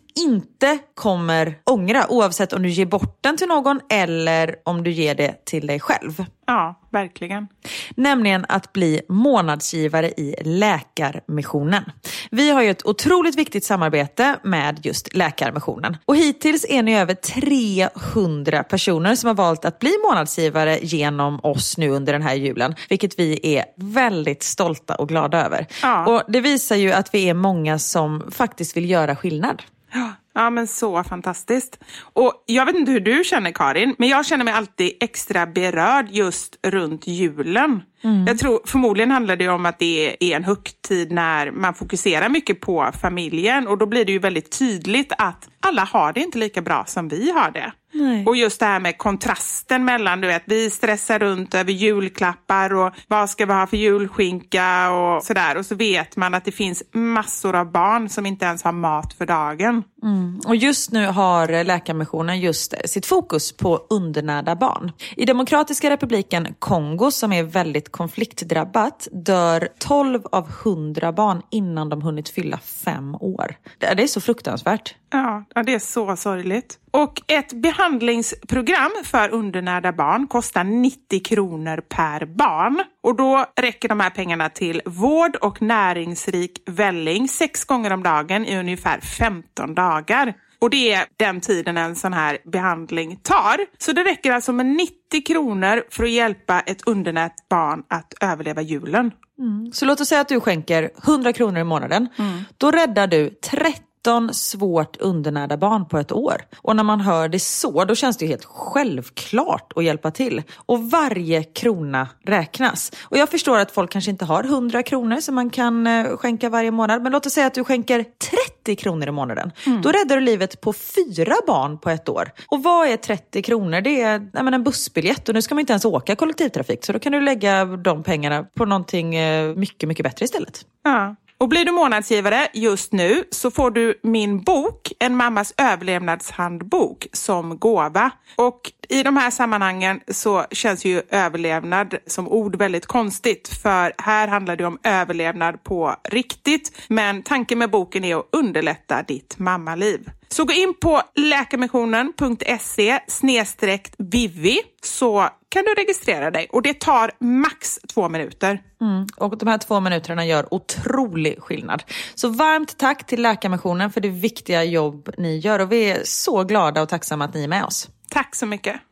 inte kommer ångra, oavsett om du ger bort den till någon eller om du ger det till dig själv. Ja, verkligen. Nämligen att bli månadsgivare i Läkarmissionen. Vi har ju ett otroligt viktigt samarbete med just Läkarmissionen. Och hittills är ni över trehundra personer som har valt att bli månadsgivare genom oss nu under den här julen. Vilket vi är väldigt stolta och glada över. Ja. Och det visar ju att vi är många som faktiskt vill göra skillnad. Ja, men så fantastiskt. Och jag vet inte hur du känner, Karin, men jag känner mig alltid extra berörd just runt julen. Mm. Jag tror förmodligen handlar det om att det är en högtid när man fokuserar mycket på familjen, och då blir det ju väldigt tydligt att alla har det inte lika bra som vi har det. Nej. Och just det här med kontrasten mellan, du vet, vi stressar runt över julklappar och vad ska vi ha för julskinka och sådär. Och så vet man att det finns massor av barn som inte ens har mat för dagen. Mm. Och just nu har Läkarmissionen just sitt fokus på undernärda barn. I Demokratiska republiken Kongo, som är väldigt konfliktdrabbat, dör tolv av hundra barn innan de hunnit fylla fem år. Det är så fruktansvärt. Ja, ja, det är så sorgligt. Och ett behandlingsprogram för undernärda barn kostar nittio kronor per barn. Och då räcker de här pengarna till vård och näringsrik välling sex gånger om dagen i ungefär femton dagar. Och det är den tiden en sån här behandling tar. Så det räcker alltså med nittio kronor för att hjälpa ett undernärt barn att överleva julen. Mm. Så låt oss säga att du skänker hundra kronor i månaden. Mm. Då räddar du tretton svårt undernärda barn på ett år. Och när man hör det så, då känns det helt självklart att hjälpa till. Och varje krona räknas. Och jag förstår att folk kanske inte har hundra kronor som man kan skänka varje månad. Men låt oss säga att du skänker trettio kronor i månaden. Mm. Då räddar du livet på fyra barn på ett år. Och vad är trettio kronor? Det är nej men, en bussbiljett. Och nu ska man inte ens åka kollektivtrafik. Så då kan du lägga de pengarna på någonting mycket, mycket bättre istället. Ja. Och blir du månadsgivare just nu så får du min bok, En mammas överlevnadshandbok, som gåva. Och i de här sammanhangen så känns ju överlevnad som ord väldigt konstigt. För här handlar det om överlevnad på riktigt. Men tanken med boken är att underlätta ditt mammaliv. Så gå in på läkarmissionen punkt se snedstreck vivi så kan du registrera dig. Och det tar max två minuter. Mm, och de här två minuterna gör otrolig skillnad. Så varmt tack till Läkarmissionen för det viktiga jobb ni gör. Och vi är så glada och tacksamma att ni är med oss. Tack så mycket.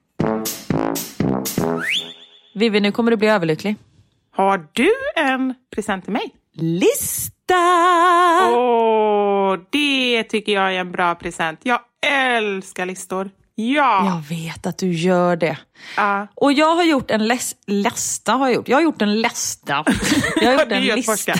Vivi, nu kommer du bli överlycklig. Har du en present till mig? Lista! Åh, oh, det tycker jag är en bra present. Jag älskar listor. Ja. Jag vet att du gör det. Uh. Och jag har gjort en läs- lästa. Har jag, gjort. jag har gjort en lästa. Jag har gjort en lista.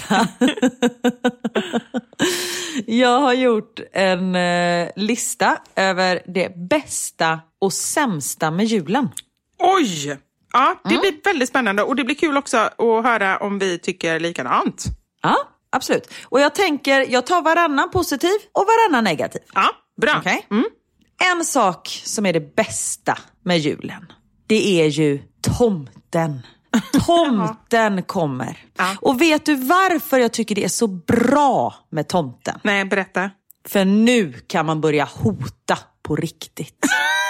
Jag har gjort en eh, lista över det bästa och sämsta med julen. Oj! Ja, det mm. blir väldigt spännande. Och det blir kul också att höra om vi tycker likadant. Ja, absolut. Och jag tänker, jag tar varannan positiv och varannan negativ. Ja, bra. Okay? Mm. En sak som är det bästa med julen, det är ju tomten. Tomten kommer. Ja. Och vet du varför jag tycker det är så bra med tomten? Nej, berätta. För nu kan man börja hota på riktigt.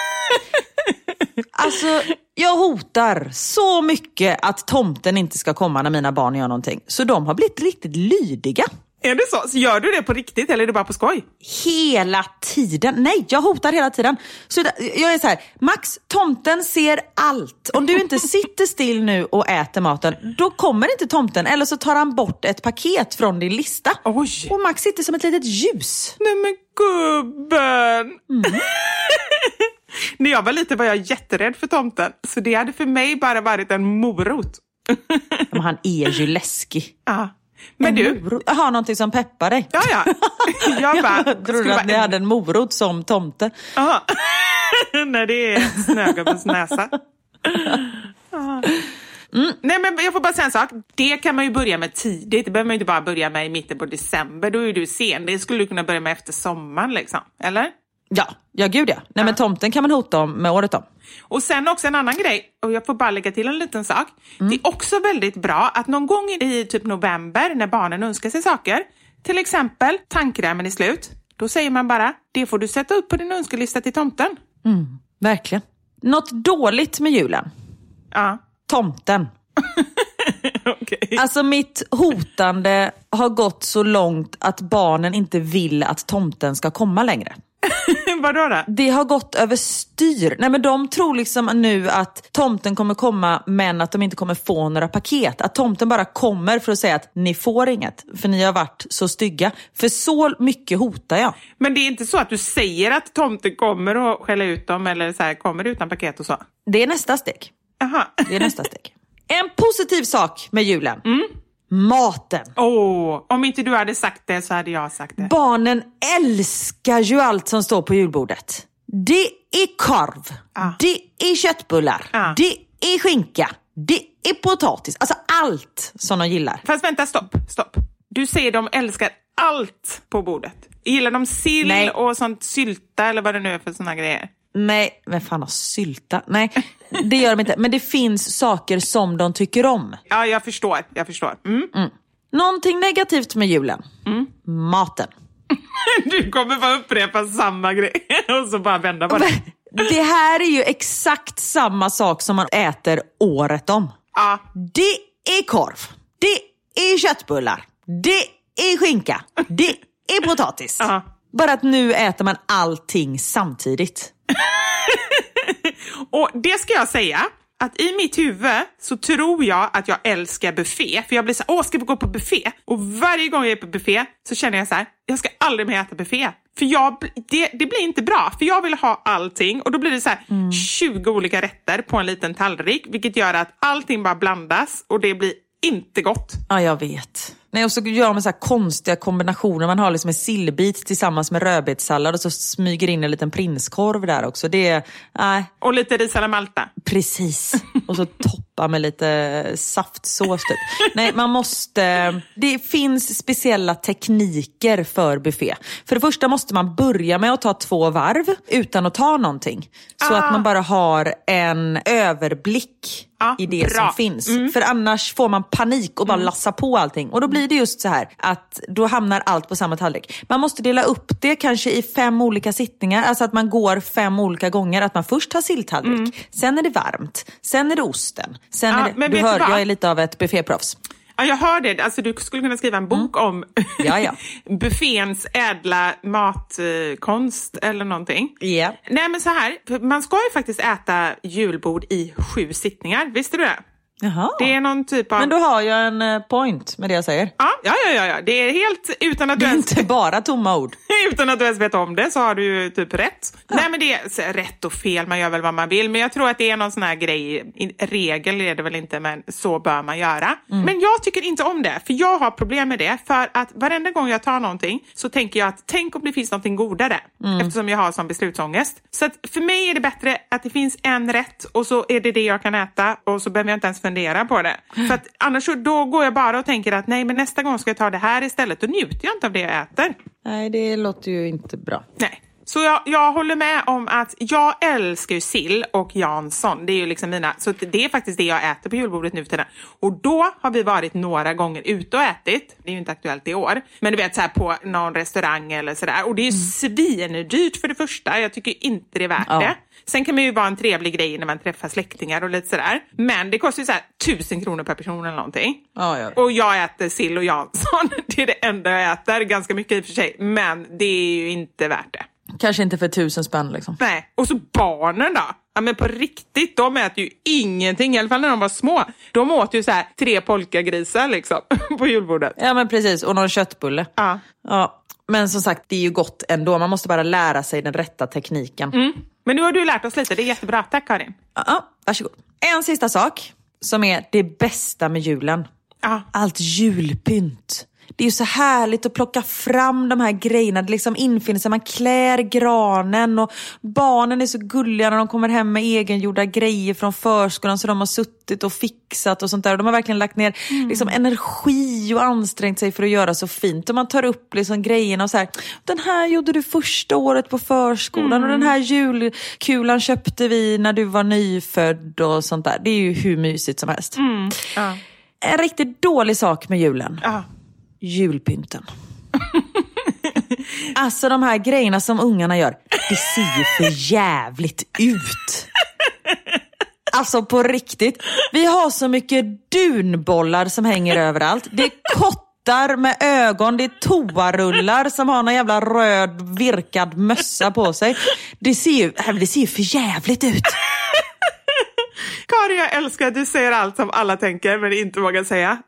Alltså, jag hotar så mycket att tomten inte ska komma när mina barn gör någonting. Så de har blivit riktigt lydiga. Är det så? Så gör du det på riktigt eller är det bara på skoj? Hela tiden. Nej, jag hotar hela tiden. Så jag är så här, Max, tomten ser allt. Om du inte sitter still nu och äter maten, då kommer inte tomten. Eller så tar han bort ett paket från din lista. Oj. Och Max sitter som ett litet ljus. Nej men gubben. Mm. När jag var lite var jag jätterädd för tomten. Så det hade för mig bara varit en morot. Men han är ju läskig. Ja. Men du... Jag har någonting som peppar dig. Ja, ja. Jag, bara, jag trodde att ni en... hade en morot som tomte. Ja. Nej, det är snögubbens näsa. Mm. Nej, men jag får bara säga en sak. Det kan man ju börja med tidigt. Det behöver man ju inte bara börja med i mitten på december. Då är du sen. Det skulle du kunna börja med efter sommaren, liksom. Eller? Ja, ja gud ja. Nej, ja. Men tomten kan man hota om med året om. Och sen också en annan grej, och jag får bara lägga till en liten sak. Mm. Det är också väldigt bra att någon gång i typ november när barnen önskar sig saker, till exempel tandkrämen är slut, Då säger man bara, det får du sätta upp på din önskelista till tomten. Mm, verkligen. Något dåligt med julen? Ja. Tomten. Okay. Alltså mitt hotande har gått så långt att barnen inte vill att tomten ska komma längre. Vadå då? Det har gått över styr. Nej, men de tror liksom nu att tomten kommer komma, men att de inte kommer få några paket. Att tomten bara kommer för att säga att ni får inget, för ni har varit så stygga. För så mycket hotar jag. Men det är inte så att du säger att tomten kommer och skälla ut dem, eller så här, kommer utan paket och så? Det är nästa steg. Aha. Det är nästa steg. En positiv sak med julen. Mm. Maten. Oh, om inte du hade sagt det så hade jag sagt det. Barnen älskar ju allt som står på julbordet. Det är korv. Ah. Det är köttbullar. Ah. Det är skinka. Det är potatis. Alltså allt som de gillar. Fast vänta, stopp, stopp. Du säger de älskar allt på bordet. Gillar de sill Nej. och sånt sylta eller vad det nu är för såna grejer? Nej, vem fan har sylta? Nej, det gör de inte. Men det finns saker som de tycker om. Ja, jag förstår, jag förstår. Mm. Mm. Någonting negativt med julen. Mm. Maten. Du kommer bara upprepa samma grej och så bara vända på det. Det här är ju exakt samma sak som man äter året om. Ja. Det är korv. Det är köttbullar. Det är skinka. Det är potatis. Ja. Bara att nu äter man allting samtidigt. Och det ska jag säga, att i mitt huvud så tror jag att jag älskar buffé. För jag blir så här, åh, ska vi gå på buffé? Och varje gång jag är på buffé så känner jag så här, jag ska aldrig mer äta buffé. För jag, det, det blir inte bra. För jag vill ha allting. Och då blir det så här mm. tjugo olika rätter på en liten tallrik. Vilket gör att allting bara blandas och det blir inte gott. Ja, jag vet. Nej, och så gör man så här konstiga kombinationer. Man har liksom en sillbit tillsammans med rödbetssallad och så smyger in en liten prinskorv där också. Det är, nej. Och lite ris alla malta. Precis. Och så toppa med lite saftsås typ. Nej, man måste... Det finns speciella tekniker för buffé. För det första måste man börja med att ta två varv utan att ta någonting. Så ah. att man bara har en överblick ah, i det bra. som finns. Mm. För annars får man panik och bara mm. lassa på allting. Och då blir det just så här att då hamnar allt på samma tallrik. Man måste dela upp det kanske i fem olika sittningar. Alltså att man går fem olika gånger. Att man först har silltallrik. Mm. Sen är det varmt. Sen är det osten. Sen ja, är det, men du hör, jag är lite av ett bufféproffs. Ja, jag hör det. Alltså, du skulle kunna skriva en bok mm. om ja, ja. bufféns ädla matkonst eller någonting. Yeah. Nej, men så här. Man ska ju faktiskt äta julbord i sju sittningar. Visste du det? Jaha. Det är någon typ av... Men då har jag en point med det jag säger. Ja, ja, ja, ja. Det är helt utan att det är du ens... inte bara tomma ord. Utan att du ens vet om det så har du ju typ rätt. Ja. Nej, men det är rätt och fel. Man gör väl vad man vill. Men jag tror att det är någon sån här grej. I regel är det väl inte, men så bör man göra. Mm. Men jag tycker inte om det. För jag har problem med det. För att varenda gång jag tar någonting så tänker jag att tänk om det finns någonting godare. Mm. Eftersom jag har sån beslutsångest. Så att för mig är det bättre att det finns en rätt och så är det det jag kan äta. Och så behöver jag inte ens fundera på det. För att annars så, då går jag bara och tänker att nej, men nästa gång ska jag ta det här istället. Och njuter jag inte av det jag äter. Nej, det låter ju inte bra. Nej. Så jag, jag håller med om att jag älskar ju sill och Jansson. Det är ju liksom mina, så det är faktiskt det jag äter på julbordet nu till den. Och då har vi varit några gånger ute och ätit. Det är ju inte aktuellt i år. Men du vet så här på någon restaurang eller sådär. Och det är ju mm. svindyrt för det första. Jag tycker inte det är värt ja. det. Sen kan man ju vara en trevlig grej när man träffar släktingar och lite sådär. Men det kostar ju så här tusen kronor per person eller någonting. Ja, ja. Och jag äter sill och Jansson. Det är det enda jag äter. Ganska mycket i och för sig. Men det är ju inte värt det. Kanske inte för tusen spänn liksom. Nej, och så barnen då. Ja, men på riktigt, de äter ju ingenting. I alla fall när de var små. De åt ju så här tre polkagrisar liksom på julbordet. Ja, men precis. Och någon köttbulle. Ja. Ja. Men som sagt, det är ju gott ändå. Man måste bara lära sig den rätta tekniken. Mm. Men nu har du lärt oss lite. Det är jättebra. Tack, Karin. Ja, varsågod. En sista sak som är det bästa med julen. Ja. Allt julpynt. Det är ju så härligt att plocka fram de här grejerna. Det liksom infinner sig. Man klär granen och barnen är så gulliga när de kommer hem med egengjorda grejer från förskolan. Så de har suttit och fixat och sånt där. Och de har verkligen lagt ner mm. liksom energi och ansträngt sig för att göra så fint. Och man tar upp liksom grejerna och så här. Den här gjorde du första året på förskolan. Mm. Och den här julkulan köpte vi när du var nyfödd och sånt där. Det är ju hur mysigt som helst. Mm. Ja. En riktigt dålig sak med julen. Ja. Julpynten. Alltså de här grejerna som ungarna gör, det ser ju för jävligt ut. Alltså på riktigt. Vi har så mycket dunbollar som hänger överallt. Det är kottar med ögon, det är toarullar som har någon jävla röd virkad mössa på sig. Det ser ju, det ser ju för jävligt ut. Karin, jag älskar att du säger allt som alla tänker men inte vågar säga.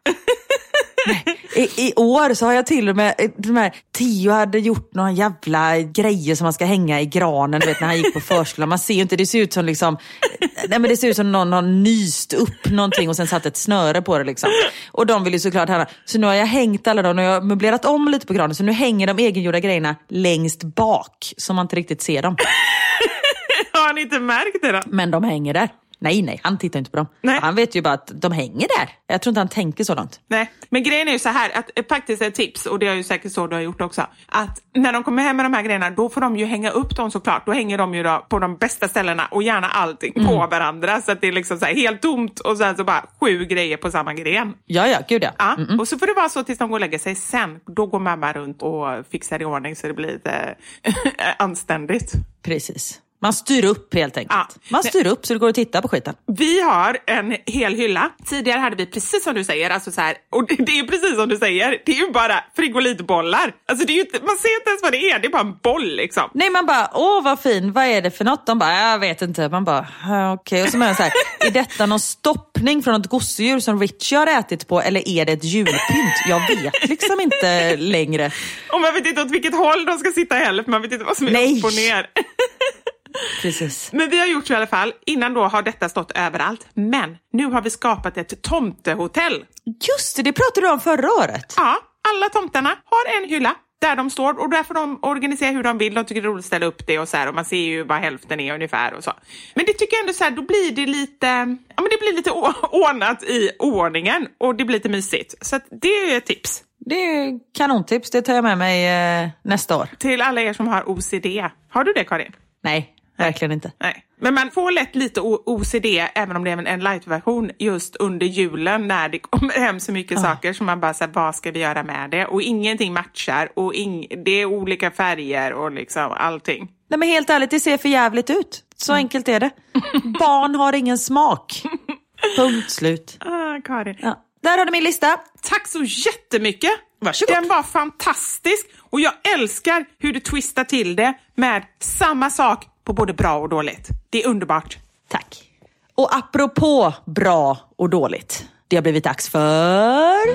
I, I år så har jag till och med, de här, Tio hade gjort några jävla grejer som man ska hänga i granen, du vet, när han gick på förskolan. Man ser ju inte, det ser ut som liksom, nej men det ser ut som någon har nyst upp någonting och sen satt ett snöre på det liksom. Och de vill ju såklart ha. Så nu har jag hängt alla dem och jag har möblerat om lite på granen, så nu hänger de egengjorda grejerna längst bak så man inte riktigt ser dem. Har ni inte märkt det då? Men de hänger där. Nej, nej, han tittar inte på dem. Nej. Han vet ju bara att de hänger där. Jag tror inte han tänker så långt. Nej, men grejen är ju så här att faktiskt ett tips, och det är ju säkert så du har gjort också, att när de kommer hem med de här grejerna, då får de ju hänga upp dem såklart. Då hänger de ju då på de bästa ställena och gärna allting mm. på varandra, så att det är liksom så här helt tomt och sen så bara sju grejer på samma gren. Ja, ja, gud ja. ja Mm-mm. Och så får det vara så tills de går och lägger sig sen. Då går mamma runt och fixar i ordning så det blir lite anständigt. Precis. Man styr upp helt enkelt. Ja. Man styr upp så det går att titta på skiten. Vi har en hel hylla. Tidigare hade vi precis som du säger, alltså så här, och det, det är precis som du säger, det är ju bara frigolitbollar. Alltså det är ju inte, man ser inte ens vad det är, det är bara en boll liksom. Nej, man bara, åh vad fin, vad är det för något? De bara, jag vet inte. Man bara, okej. Okay. Och så är man så här, är detta någon stoppning från något gosedjur som Richie har ätit på, eller är det ett julpynt? Jag vet liksom inte längre. Och man vet inte åt vilket håll de ska sitta heller, för man vet inte vad som är Nej. upp och ner. Precis. Men vi har gjort så i alla fall. Innan då har detta stått överallt. Men nu har vi skapat ett tomtehotell. Just det, det pratade du om förra året. Ja, alla tomtarna har en hylla där de står. Och där får de organisera hur de vill. De tycker det är roligt att ställa upp det och så här. Och man ser ju vad hälften är ungefär och så. Men det tycker jag ändå så här, då blir det lite, ja men det blir lite ordnat i ordningen. Och det blir lite mysigt. Så att det är ett tips. Det är kanontips, det tar jag med mig eh, nästa år. Till alla er som har O C D. Har du det, Karin? Nej. Verkligen inte. Nej. Men man får lätt lite O C D, även om det är en light-version, just under julen när det kommer hem så mycket ah. saker som man bara säger, vad ska vi göra med det? Och ingenting matchar och ing- det är olika färger och liksom allting. Nej men helt ärligt, det ser för jävligt ut. Så mm. enkelt är det. Barn har ingen smak. Punkt slut. Ah, Karin. Ja. Där har du min lista. Tack så jättemycket. Varsågod. Den var fantastisk och jag älskar hur du twistar till det med samma sak på både bra och dåligt. Det är underbart. Tack. Och apropå bra och dåligt. Det har blivit dags för...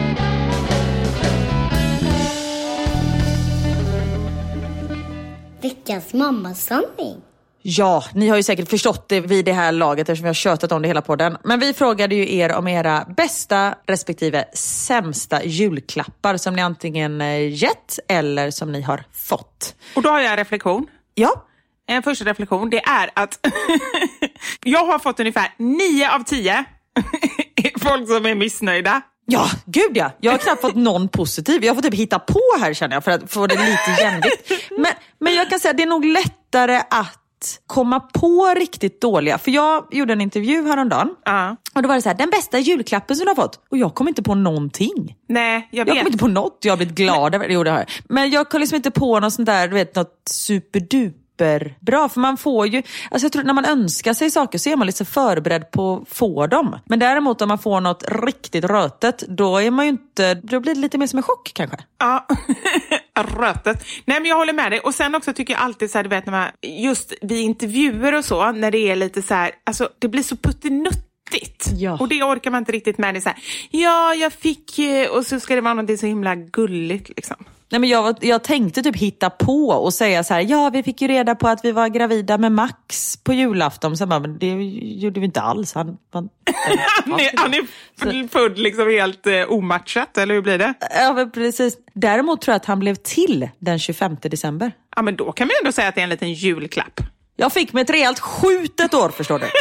Veckans mammasanning. Ja, ni har ju säkert förstått det vid det här laget eftersom vi har tjötat om det hela podden. Men vi frågade ju er om era bästa respektive sämsta julklappar som ni antingen gett eller som ni har fått. Och då har jag en reflektion. Ja. En första reflektion, det är att jag har fått ungefär nio av tio folk som är missnöjda. Ja, gud ja. Jag har knappt fått någon positiv. Jag får typ hitta på här känner jag för att få det lite jämvikt. Men, men jag kan säga att det är nog lättare att komma på riktigt dåliga. För jag gjorde en intervju häromdagen. Uh. Och då var det så här, den bästa julklappen som du har fått. Och jag kom inte på någonting. Nej, jag vet. Jag kom inte på något. Jag har blivit glad över det. Jo, det har jag. Men jag kom liksom inte på något sånt där, du vet, något superduper bra, för man får ju, alltså jag tror när man önskar sig saker så är man lite förberedd på att få dem. Men däremot om man får något riktigt rötet, då är man ju inte, då blir det lite mer som en chock kanske. Ja, rötet. Nej men jag håller med dig. Och sen också tycker jag alltid så här, du vet när man, just vid intervjuer och så, när det är lite så här, alltså det blir så puttinuttigt. Ja. Och det orkar man inte riktigt med. Det så här, ja jag fick, och så ska det vara något så himla gulligt liksom. Nej, men jag, jag tänkte typ hitta på och säga så här, ja vi fick ju reda på att vi var gravida med Max på julafton. Så bara, men det gjorde vi inte alls. Han, han, han, är, han är född liksom helt eh, omatchat, eller hur blir det? Ja men precis. Däremot tror jag att han blev till den tjugofemte december. Ja men då kan vi ändå säga att det är en liten julklapp. Jag fick mig ett rejält skjut ett år, förstår du.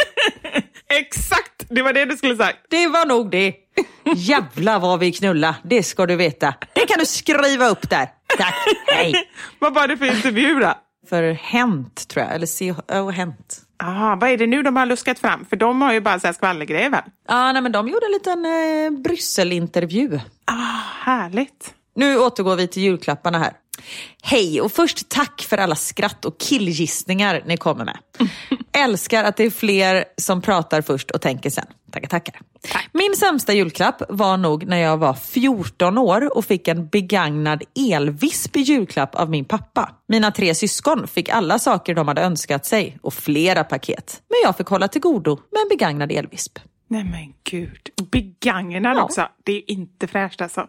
Exakt, det var det du skulle säga. Det var nog det. Jävla vad vi knulla, det ska du veta. Det kan du skriva upp där. Tack, hej. Vad var det för intervju då? För Hänt tror jag, eller se oh, Hänt. Aha, vad är det nu de har luskat fram? För de har ju bara så här skvallergrejer väl? Ja, nej men de gjorde en liten eh, Bryssel-intervju. Ah, härligt. Nu återgår vi till julklapparna här. Hej och först tack för alla skratt och killgissningar ni kommer med. Älskar att det är fler som pratar först och tänker sen. Tackar, tackar. Tack. Min sämsta julklapp var nog när jag var fjorton år och fick en begagnad elvisp i julklapp av min pappa. Mina tre syskon fick alla saker de hade önskat sig och flera paket. Men jag fick hålla till godo med en begagnad elvisp. Nej men gud, begagnad Ja. också. Det är inte fräscht alltså.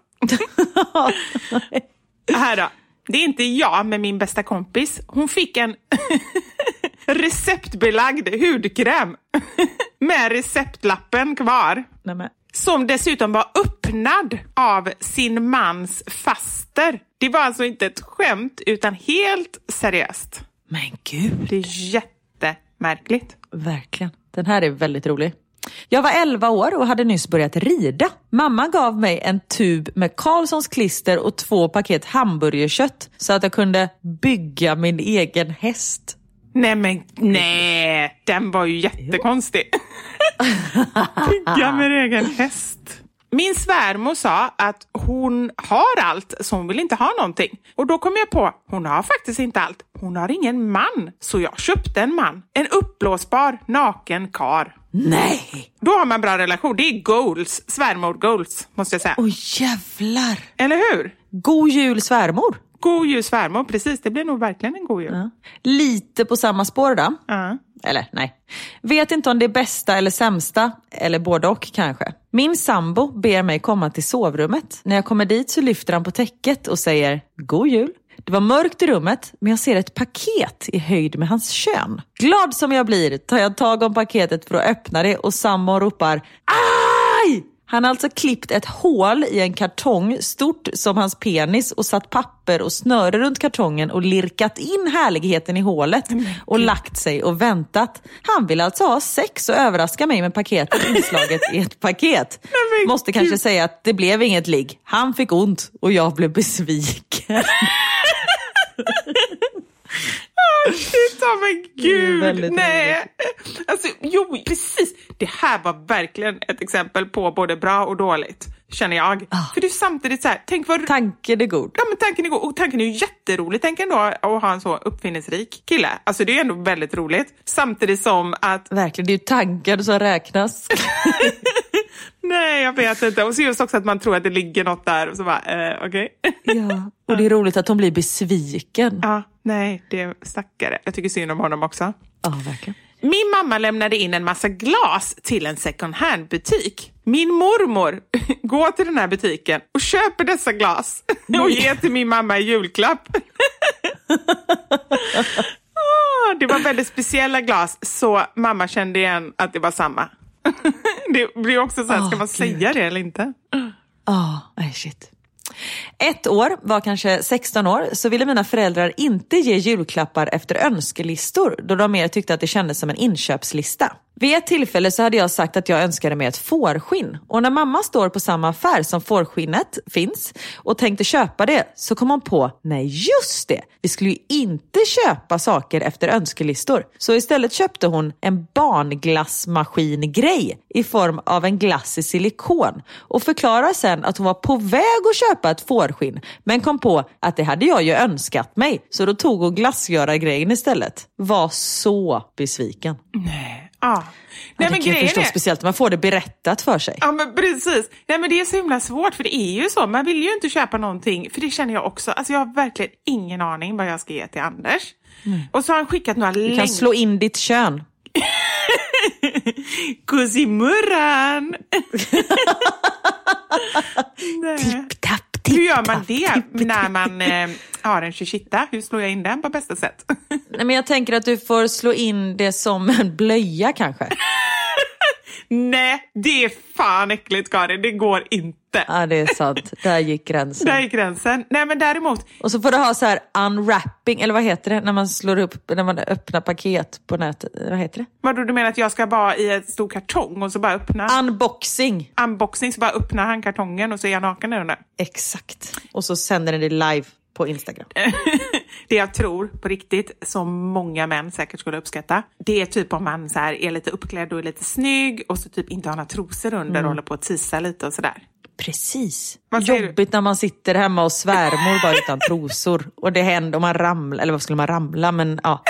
Här då. Det är inte jag med min bästa kompis. Hon fick en receptbelagd hudkräm med receptlappen kvar. Nej, men. Som dessutom var öppnad av sin mans faster. Det var alltså inte ett skämt utan helt seriöst. Men gud. Det är jättemärkligt. Verkligen. Den här är väldigt rolig. Jag var elva år och hade nyss börjat rida. Mamma gav mig en tub med Karlssons klister och två paket hamburgerkött så att jag kunde bygga min egen häst. Nej men nej, den var ju jättekonstig. Bygga med egen häst. Min svärmor sa att hon har allt så hon vill inte ha någonting. Och då kom jag på, hon har faktiskt inte allt. Hon har ingen man. Så jag köpte en man. En uppblåsbar, naken kar. Nej! Då har man bra relation. Det är goals. Svärmor goals, måste jag säga. Oj jävlar! Eller hur? God jul svärmor! God jul svärmor, precis. Det blir nog verkligen en god jul. Ja. Lite på samma spår då. Ja. Eller nej. Vet inte om det är bästa eller sämsta. Eller både och kanske. Min sambo ber mig komma till sovrummet. När jag kommer dit så lyfter han på täcket och säger god jul. Det var mörkt i rummet men jag ser ett paket i höjd med hans kön. Glad som jag blir tar jag tag om paketet för att öppna det och sambo ropar aj! Han har alltså klippt ett hål i en kartong stort som hans penis och satt papper och snöre runt kartongen och lirkat in härligheten i hålet och lagt sig och väntat. Han vill alltså ha sex och överraska mig med paketet inslaget i ett paket. Måste kanske säga att det blev inget ligg. Han fick ont och jag blev besviken. Titta men gud, nej. Roligt. Alltså, jo, precis. Det här var verkligen ett exempel på både bra och dåligt, känner jag. Ah. För det är samtidigt så här, tänk vad... Tanken är god. Ja, men tanken är god. Och tanken är ju jätterolig. Tänk ändå att ha en så uppfinningsrik kille. Alltså det är ändå väldigt roligt. Samtidigt som att... Verkligen, det är ju tankar som räknas. Nej, jag vet inte. Och så just också att man tror att det ligger något där och så bara, eh, okej. Okay. Ja, och det är roligt att hon blir besviken. Ja, nej, det är stackare. Jag tycker synd om honom också. Ja, verkligen. Min mamma lämnade in en massa glas till en second hand butik. Min mormor går till den här butiken och köper dessa glas och ger till min mamma i julklapp. oh, det var väldigt speciella glas så mamma kände igen att det var samma. Det blir också så här, ska man oh, säga Gud. det eller inte? Ja, oh, shit. Ett år, var kanske sexton år, så ville mina föräldrar inte ge julklappar efter önskelistor då de mer tyckte att det kändes som en inköpslista. Vid ett tillfälle så hade jag sagt att jag önskade mig ett fårskinn. Och när mamma står på samma affär som fårskinnet finns och tänkte köpa det så kom hon på, nej just det, vi skulle ju inte köpa saker efter önskelistor. Så istället köpte hon en barnglassmaskin-grej i form av en glass i silikon. Och förklarar sen att hon var på väg att köpa ett fårskinn men kom på att det hade jag ju önskat mig. Så då tog hon glassgöra-grejen istället. Var så besviken. Nej. Ah. Nej, ja, men det kan jag förstå är... speciellt när man får det berättat för sig. Ja, men precis. Nej, men det är så himla svårt för det är ju så. Man vill ju inte köpa någonting, för det känner jag också. Alltså jag har verkligen ingen aning vad jag ska ge till Anders. Mm. Och så har han skickat några längder. Du kan slå in ditt kön. Kusimurran. Tipp, tapp, tipp, hur gör man tapp, det tipp, när man eh, har en chichitta? Hur slår jag in den på bästa sätt? Nej, men jag tänker att du får slå in det som en blöja kanske. Nej, det är fan äckligt, Karin. Det går inte. Ja, det är sant. Där gick gränsen. Där gick gränsen. Nej, men däremot... Och så får du ha så här unwrapping, eller vad heter det? När man slår upp, när man öppnar paket på nätet. Vad heter det? Vadå, du menar att jag ska vara i ett stor kartong och så bara öppna... Unboxing. Unboxing, så bara öppnar han kartongen och så är jag naken där under. Exakt. Och så sänder den det live på Instagram. Det jag tror på riktigt, som många män säkert skulle uppskatta, det är typ om man så här är lite uppklädd och är lite snygg och så typ inte har några trosor under mm. och håller på att tisa lite och sådär. Precis. Jobbigt du? När man sitter hemma och svärmor bara utan trosor. Och det händer om man ramlar, eller vad skulle man ramla, men ja.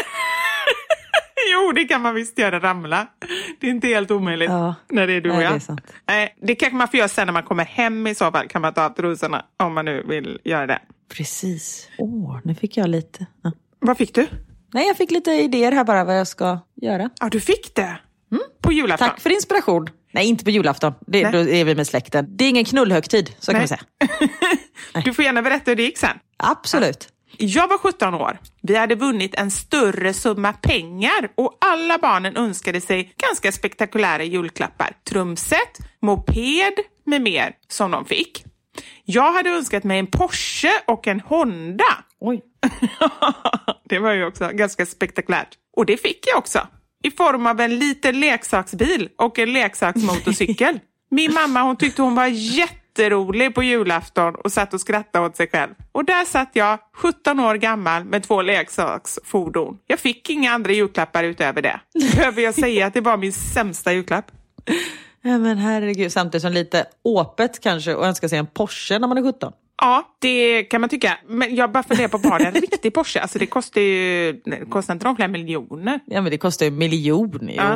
Jo, det kan man visst göra, ramla. Det är inte helt omöjligt ja. När det är du och Nej, jag. Det är sant. Nej, det kanske man får göra sen när man kommer hem i så fall. Kan man ta av trosorna om man nu vill göra det. Precis. Åh, nu fick jag lite. Ja. Vad fick du? Nej, jag fick lite idéer här bara vad jag ska göra. Ja, du fick det? Mm. På julafton? Tack för inspiration. Nej, inte på julafton. Det, då är vi med släkten. Det är ingen knullhögtid, så Nej. Kan man säga. Du får gärna berätta hur det gick sen. Absolut. Ja. Jag var sjutton år. Vi hade vunnit en större summa pengar och alla barnen önskade sig ganska spektakulära julklappar. Trumset, moped med mer som de fick. Jag hade önskat mig en Porsche och en Honda. Oj. Det var ju också ganska spektakulärt. Och det fick jag också. I form av en liten leksaksbil och en leksaksmotorcykel. Min mamma, hon tyckte hon var jätterolig på julafton och satt och skrattade åt sig själv. Och där satt jag, sjutton år gammal, med två leksaksfordon. Jag fick inga andra julklappar utöver det. Behöver jag säga att det var min sämsta julklapp? Ja, men herregud, samtidigt som lite åpet kanske och önska sig en Porsche när man är sjutton. Ja, det kan man tycka. Men jag bara funderar på bara en riktig Porsche. Alltså det kostar ju, det kostar inte de flera miljoner. Ja, men det kostar ju miljoner. Ja.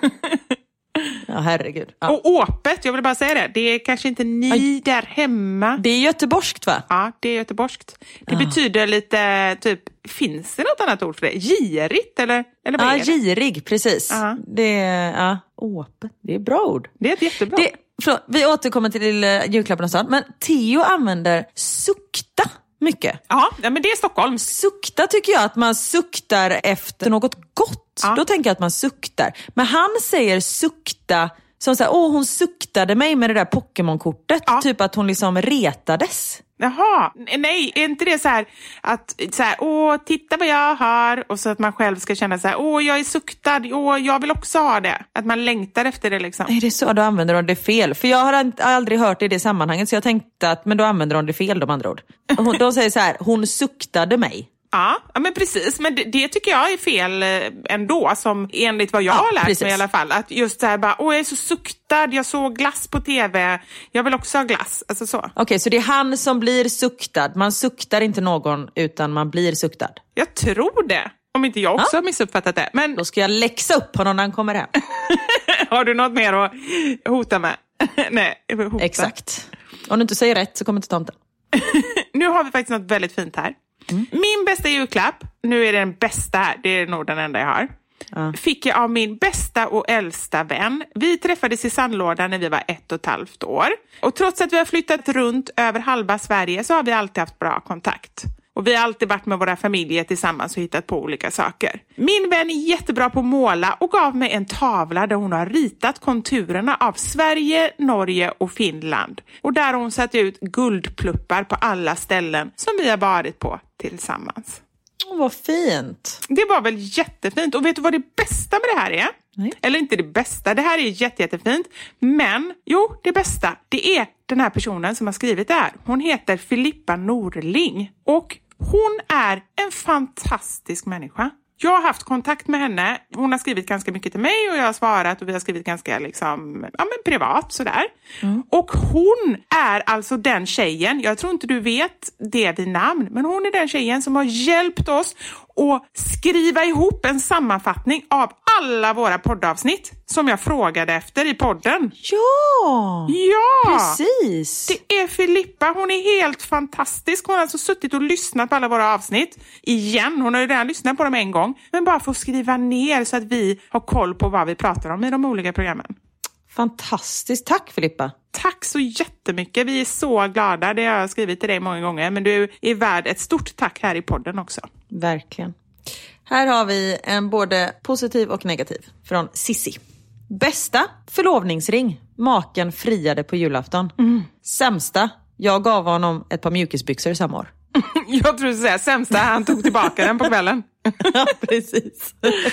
Ja, herregud. Ja. Och åpet, jag vill bara säga det. Det är kanske inte ni Aj. Där hemma. Det är göteborgskt, va? Ja, det är göteborgskt. Det ja. betyder lite, typ, finns det något annat ord för det? Girigt, eller, eller vad ja, är det? Girig, precis. Ja. Det är, ja, åpet. Det är bra ord. Det är ett jättebra det, förlåt, vi återkommer till uh, julklapparna snart. Men Theo använder sukta mycket. Ja, men det är Stockholm. Sukta tycker jag att man suktar efter något gott. Ja. Då tänker jag att man suktar. Men han säger sukta som så här, åh hon suktade mig med det där Pokémon-kortet. Ja. Typ att hon liksom retades. Jaha, nej, är inte det så här att så här, åh, titta vad jag har, och så att man själv ska känna så här, åh, jag är suktad, åh, jag vill också ha det. Att man längtar efter det liksom. Nej, det är så, då använder de det fel. För jag har aldrig hört det i det sammanhanget, så jag tänkte att, men då använder de det fel, de andra ord. Hon, de säger så här, hon suktade mig. Ja, men precis. Men det, det tycker jag är fel ändå, som enligt vad jag ja, har lärt precis. mig i alla fall. Att just det här bara, åh jag är så suktad, jag såg glass på tv, jag vill också ha glass. Alltså så. Okej, okay, så det är han som blir suktad. Man suktar inte någon, utan man blir suktad. Jag tror det. Om inte jag också ja. har missuppfattat det. Men... Då ska jag läxa upp honom när han kommer hem. Har du något mer att hota med? Nej, hota. Exakt. Om du inte säger rätt så kommer inte tomten. Nu har vi faktiskt något väldigt fint här. Mm. Min bästa julklapp, nu är det den bästa här, det är nog den enda jag har. Uh. Fick jag av min bästa och äldsta vän. Vi träffades i sandlådan när vi var ett och ett halvt år. Och trots att vi har flyttat runt över halva Sverige så har vi alltid haft bra kontakt. Och vi har alltid varit med våra familjer tillsammans och hittat på olika saker. Min vän är jättebra på att måla och gav mig en tavla där hon har ritat konturerna av Sverige, Norge och Finland. Och där har hon satt ut guldpluppar på alla ställen som vi har varit på tillsammans. Åh, vad fint. Det var väl jättefint. Och vet du vad det bästa med det här är? Nej. Eller inte det bästa. Det här är jätte, jättefint. Men, jo, det bästa. Det är den här personen som har skrivit det här. Hon heter Filippa Norling. Och hon är en fantastisk människa. Jag har haft kontakt med henne. Hon har skrivit ganska mycket till mig och jag har svarat och vi har skrivit ganska liksom, ja, men privat sådär. Mm. Och hon är alltså den tjejen, jag tror inte du vet det vid namn, men hon är den tjejen som har hjälpt oss att skriva ihop en sammanfattning av alla våra poddavsnitt som jag frågade efter i podden. Ja! Ja! Precis! Det är Filippa, hon är helt fantastisk. Hon har alltså suttit och lyssnat på alla våra avsnitt igen. Hon har ju redan lyssnat på dem en gång. Men bara för att skriva ner så att vi har koll på vad vi pratar om i de olika programmen. Fantastiskt, tack Filippa. Tack så jättemycket, vi är så glada. Det har jag skrivit till dig många gånger. Men du är värd ett stort tack här i podden också. Verkligen. Här har vi en både positiv och negativ från Sissi. Bästa förlovningsring. Maken friade på julafton. Mm. Sämsta. Jag gav honom ett par mjukisbyxor samma år. Jag tror du säga sämsta. Han tog tillbaka den på kvällen. Ja, precis.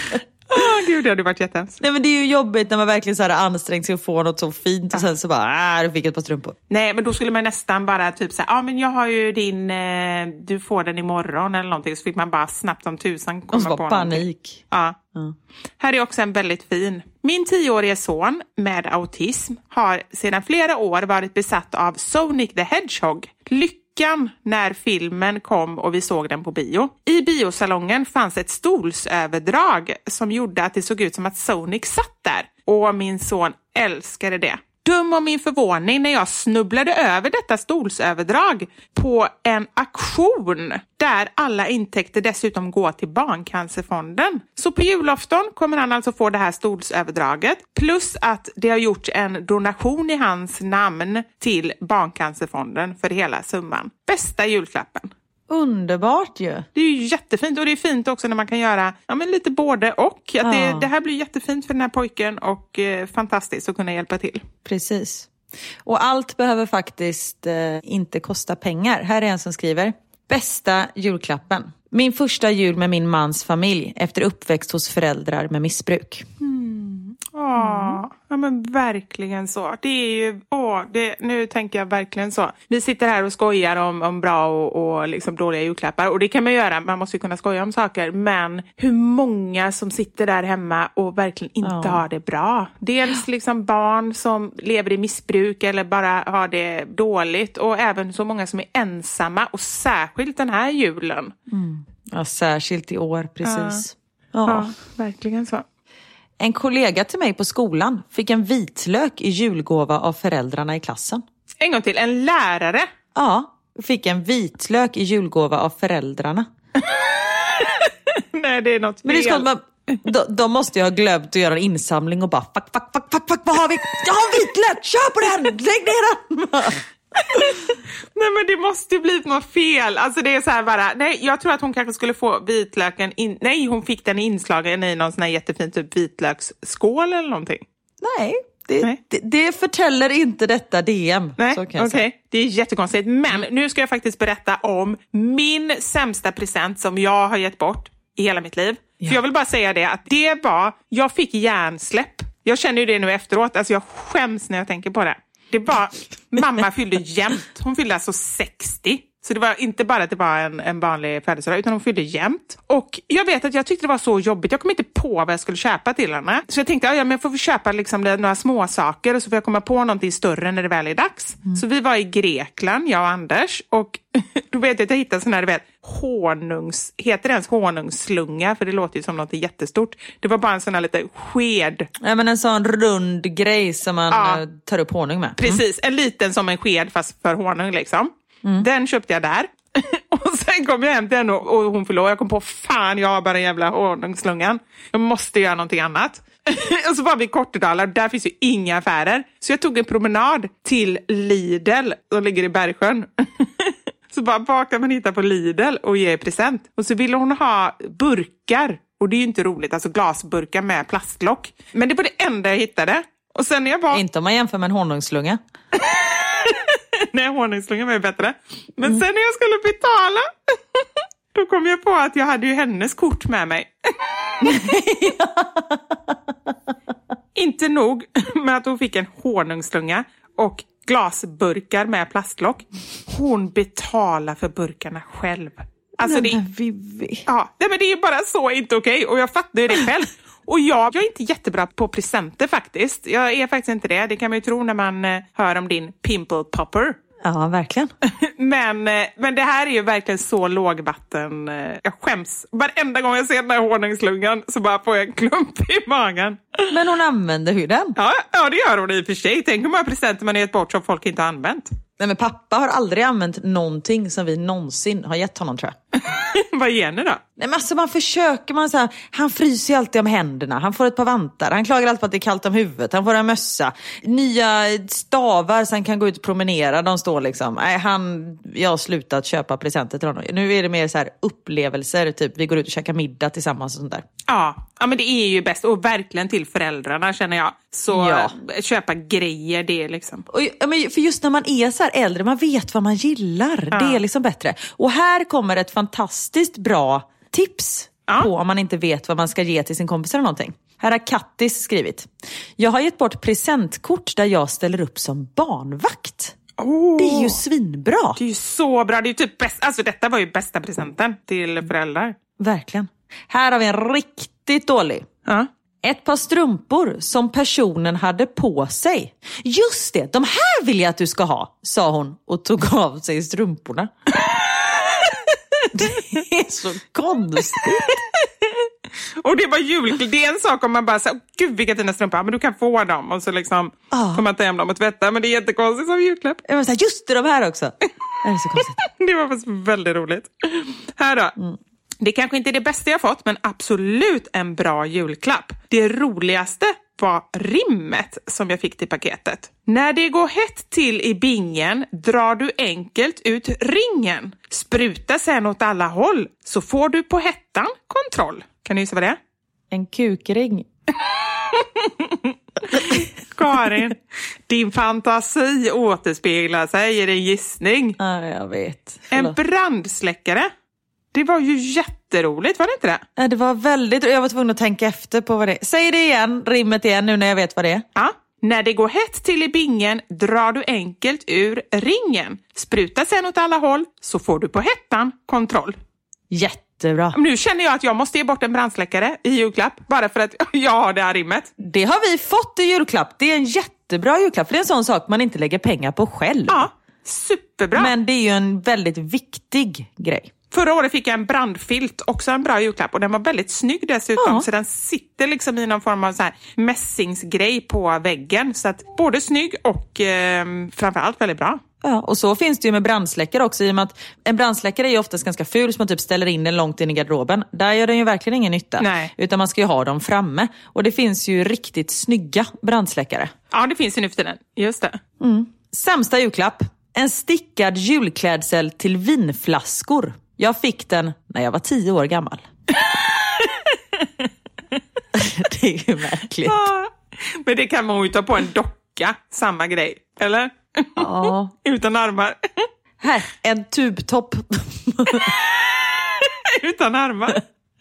Åh oh, gud, det hade varit jättehemskt. Nej, men det är ju jobbigt när man verkligen så här ansträngt sig att få något så fint och ah. sen så bara, äh, du fick ett par strumpor. Nej, men då skulle man nästan bara typ säga, ja ah, men jag har ju din, eh, du får den imorgon eller någonting. Så fick man bara snabbt om tusan komma och så på panik. Ja. Ja. Här är också en väldigt fin. Min tioårige son med autism har sedan flera år varit besatt av Sonic the Hedgehog. Lyckan när filmen kom och vi såg den på bio. I biosalongen fanns ett stolsöverdrag som gjorde att det såg ut som att Sonic satt där. Och min son älskade det. Dum om min förvåning när jag snubblade över detta stolsöverdrag på en auktion där alla intäkter dessutom går till Barncancerfonden. Så på julafton kommer han alltså få det här stolsöverdraget plus att det har gjort en donation i hans namn till Barncancerfonden för hela summan. Bästa julklappen. Underbart ju. Det är ju jättefint och det är fint också när man kan göra ja, men lite både och. Att Ja. det, det här blir jättefint för den här pojken och eh, fantastiskt att kunna hjälpa till. Precis. Och allt behöver faktiskt eh, inte kosta pengar. Här är en som skriver. Bästa julklappen. Min första jul med min mans familj efter uppväxt hos föräldrar med missbruk. Åh, mm. ja men verkligen så. Det är ju, åh, det, nu tänker jag verkligen så. Vi sitter här och skojar om, om bra och, och liksom dåliga julklappar. Och det kan man göra, man måste ju kunna skoja om saker. Men hur många som sitter där hemma och verkligen inte Ja. har det bra. Dels liksom barn som lever i missbruk eller bara har det dåligt. Och även så många som är ensamma och särskilt den här julen. Mm. Ja, särskilt i år, precis. Ja, Ja. verkligen så. En kollega till mig på skolan fick en vitlök i julgåva av föräldrarna i klassen. En gång till, en lärare. Ja, fick en vitlök i julgåva av föräldrarna. Nej, det är något fel. Men det är så att man, de, de måste ju ha glömt att göra en insamling och bara fuck, fuck, fuck, fuck, fuck, vad har vi? Jag har en vitlök, kör på den, lägg ner den! Nej men det måste ju bli något fel. Alltså det är så här bara, nej jag tror att hon kanske skulle få vitlöken in, nej hon fick den inslagen i någon sån här jättefin typ vitlöksskål eller någonting. Nej, det, Nej. det, det förtäller inte detta D M. Nej, så kan okej. jag säga. Det är jättekonstigt. Men nu ska jag faktiskt berätta om min sämsta present som jag har gett bort i hela mitt liv. Ja. För jag vill bara säga det att det var, jag fick hjärnsläpp. Jag känner ju det nu efteråt, alltså jag skäms när jag tänker på det. Det var, mamma fyllde jämt. Hon fyllde alltså sextio. Så det var inte bara att det var en, en vanlig födelsedag utan hon fyllde jämt. Och jag vet att jag tyckte det var så jobbigt. Jag kom inte på vad jag skulle köpa till henne. Så jag tänkte, ja men jag får köpa liksom några små saker och så får jag komma på någonting större när det väl är dags. Mm. Så vi var i Grekland, jag och Anders. Och då vet jag att jag hittade sån här, du vet, honungs... Heter det ens honungsslunga? För det låter ju som något jättestort. Det var bara en sån här lite sked. Ja, men en sån rund grej som man Ja. tar upp honung med. Precis, en liten som en sked fast för honung liksom. Mm. Den köpte jag där. Och sen kom jag hem till henne och, och hon förlorade. Jag kom på, fan jag har bara en jävla honungslungan. Jag måste göra någonting annat. Och så var vi i Kortedala och där finns ju inga affärer. Så jag tog en promenad till Lidl som ligger i Bergsjön. Så bara, vad kan man hitta på Lidl och ge present? Och så ville hon ha burkar. Och det är ju inte roligt, alltså glasburkar med plastlock. Men det var det enda jag hittade. Och sen när jag bara... Inte om man jämför med en honungslunga. Nej, honungslungan var bättre. Men sen när jag skulle betala, då kom jag på att jag hade ju hennes kort med mig. Inte nog med att hon fick en honungslunga och glasburkar med plastlock. Hon betalar för burkarna själv. Alltså Nej, det, men Vivi. ja, nej, men det är ju bara så inte okej. Och jag fattar ju det själv. Och jag, jag är inte jättebra på presenter faktiskt. Jag är faktiskt inte det. Det kan man ju tro när man eh, hör om din pimple popper. Ja, verkligen. Men, eh, men det här är ju verkligen så lågvatten. Eh, jag skäms. Varenda gång jag ser den här honungslungan så bara får jag en klump i magen. Men hon använder ju den. Ja, ja, det gör hon i och för sig. Tänk hur många presenter man har gett bort som folk inte har använt. Nej, men pappa har aldrig använt någonting som vi någonsin har gett honom, tror jag. Vad ger ni då? Nej, men alltså man försöker, man så här, han fryser ju alltid om händerna, han får ett par vantar, han klagar alltid på att det är kallt om huvudet, han får en mössa, nya stavar så han kan gå ut och promenera, de står liksom, nej han, jag har slutat köpa presenter till honom. Nu är det mer så här upplevelser, typ vi går ut och käkar middag tillsammans och sånt där. Ja, ja men det är ju bäst och verkligen till föräldrarna känner jag. Så Ja. köpa grejer, det är liksom. Och, ja, men för just när man är så här äldre, man vet vad man gillar, Ja. det är liksom bättre. Och här kommer ett fantastiskt bra tips Ja. på om man inte vet vad man ska ge till sin kompis eller någonting. Här har Kattis skrivit: jag har gett bort presentkort där jag ställer upp som barnvakt. Oh. Det är ju svinbra. Det är ju så bra, det är ju typ bäst, alltså detta var ju bästa presenten till föräldrar. Verkligen. Här har vi en riktigt dålig. Ja. Ett par strumpor som personen hade på sig. Just det, de här vill jag att du ska ha, sa hon och tog av sig strumporna. Det är så konstigt. Och det var jul. Det är en sak om man bara säger, gud vilka fina strumpor, men du kan få dem. Och så liksom oh. får man ta hem dem och tvätta. Men det är jättekonstigt som julklapp. Jag var så här, just det, de här också. Det är så konstigt. Det var faktiskt väldigt roligt. Här då. Mm. Det kanske inte är det bästa jag fått, men absolut en bra julklapp. Det roligaste var rimmet som jag fick till paketet. När det går hett till i bingen drar du enkelt ut ringen. Spruta sen åt alla håll så får du på hettan kontroll. Kan du gissa vad det är? En kukring. Karin, din fantasi återspeglar sig i din gissning. Ja, jag vet. Förlåt. En brandsläckare. Det var ju jätteroligt, var det inte det? Ja, det var väldigt... Jag var tvungen att tänka efter på vad det är. Säg det igen, rimmet igen nu när jag vet vad det är. Ja. När det går hett till i bingen drar du enkelt ur ringen. Spruta sen åt alla håll så får du på hettan kontroll. Jättebra. Nu känner jag att jag måste ge bort en brandsläckare i julklapp. Bara för att jag har det här rimmet. Det har vi fått i julklapp. Det är en jättebra julklapp. För det är en sån sak man inte lägger pengar på själv. Ja, superbra. Men det är ju en väldigt viktig grej. Förra året fick jag en brandfilt, också en bra julklapp. Och den var väldigt snygg dessutom. Ja. Så den sitter liksom i någon form av så här mässingsgrej på väggen. Så att både snygg och eh, framförallt väldigt bra. Ja, och så finns det ju med brandsläckare också. I och med att en brandsläckare är ju oftast ganska ful, så man typ ställer in den långt in i garderoben. Där gör den ju verkligen ingen nytta. Nej. Utan man ska ju ha dem framme. Och det finns ju riktigt snygga brandsläckare. Ja, det finns ju nu för tiden. Just det. Mm. Sämsta julklapp. En stickad julklädsel till vinflaskor. Jag fick den när jag var tio år gammal. Det är ju märkligt. Ja, men det kan man ju ta på en docka. Samma grej, eller? Ja. Utan armar. Här, en tubtopp. Utan armar.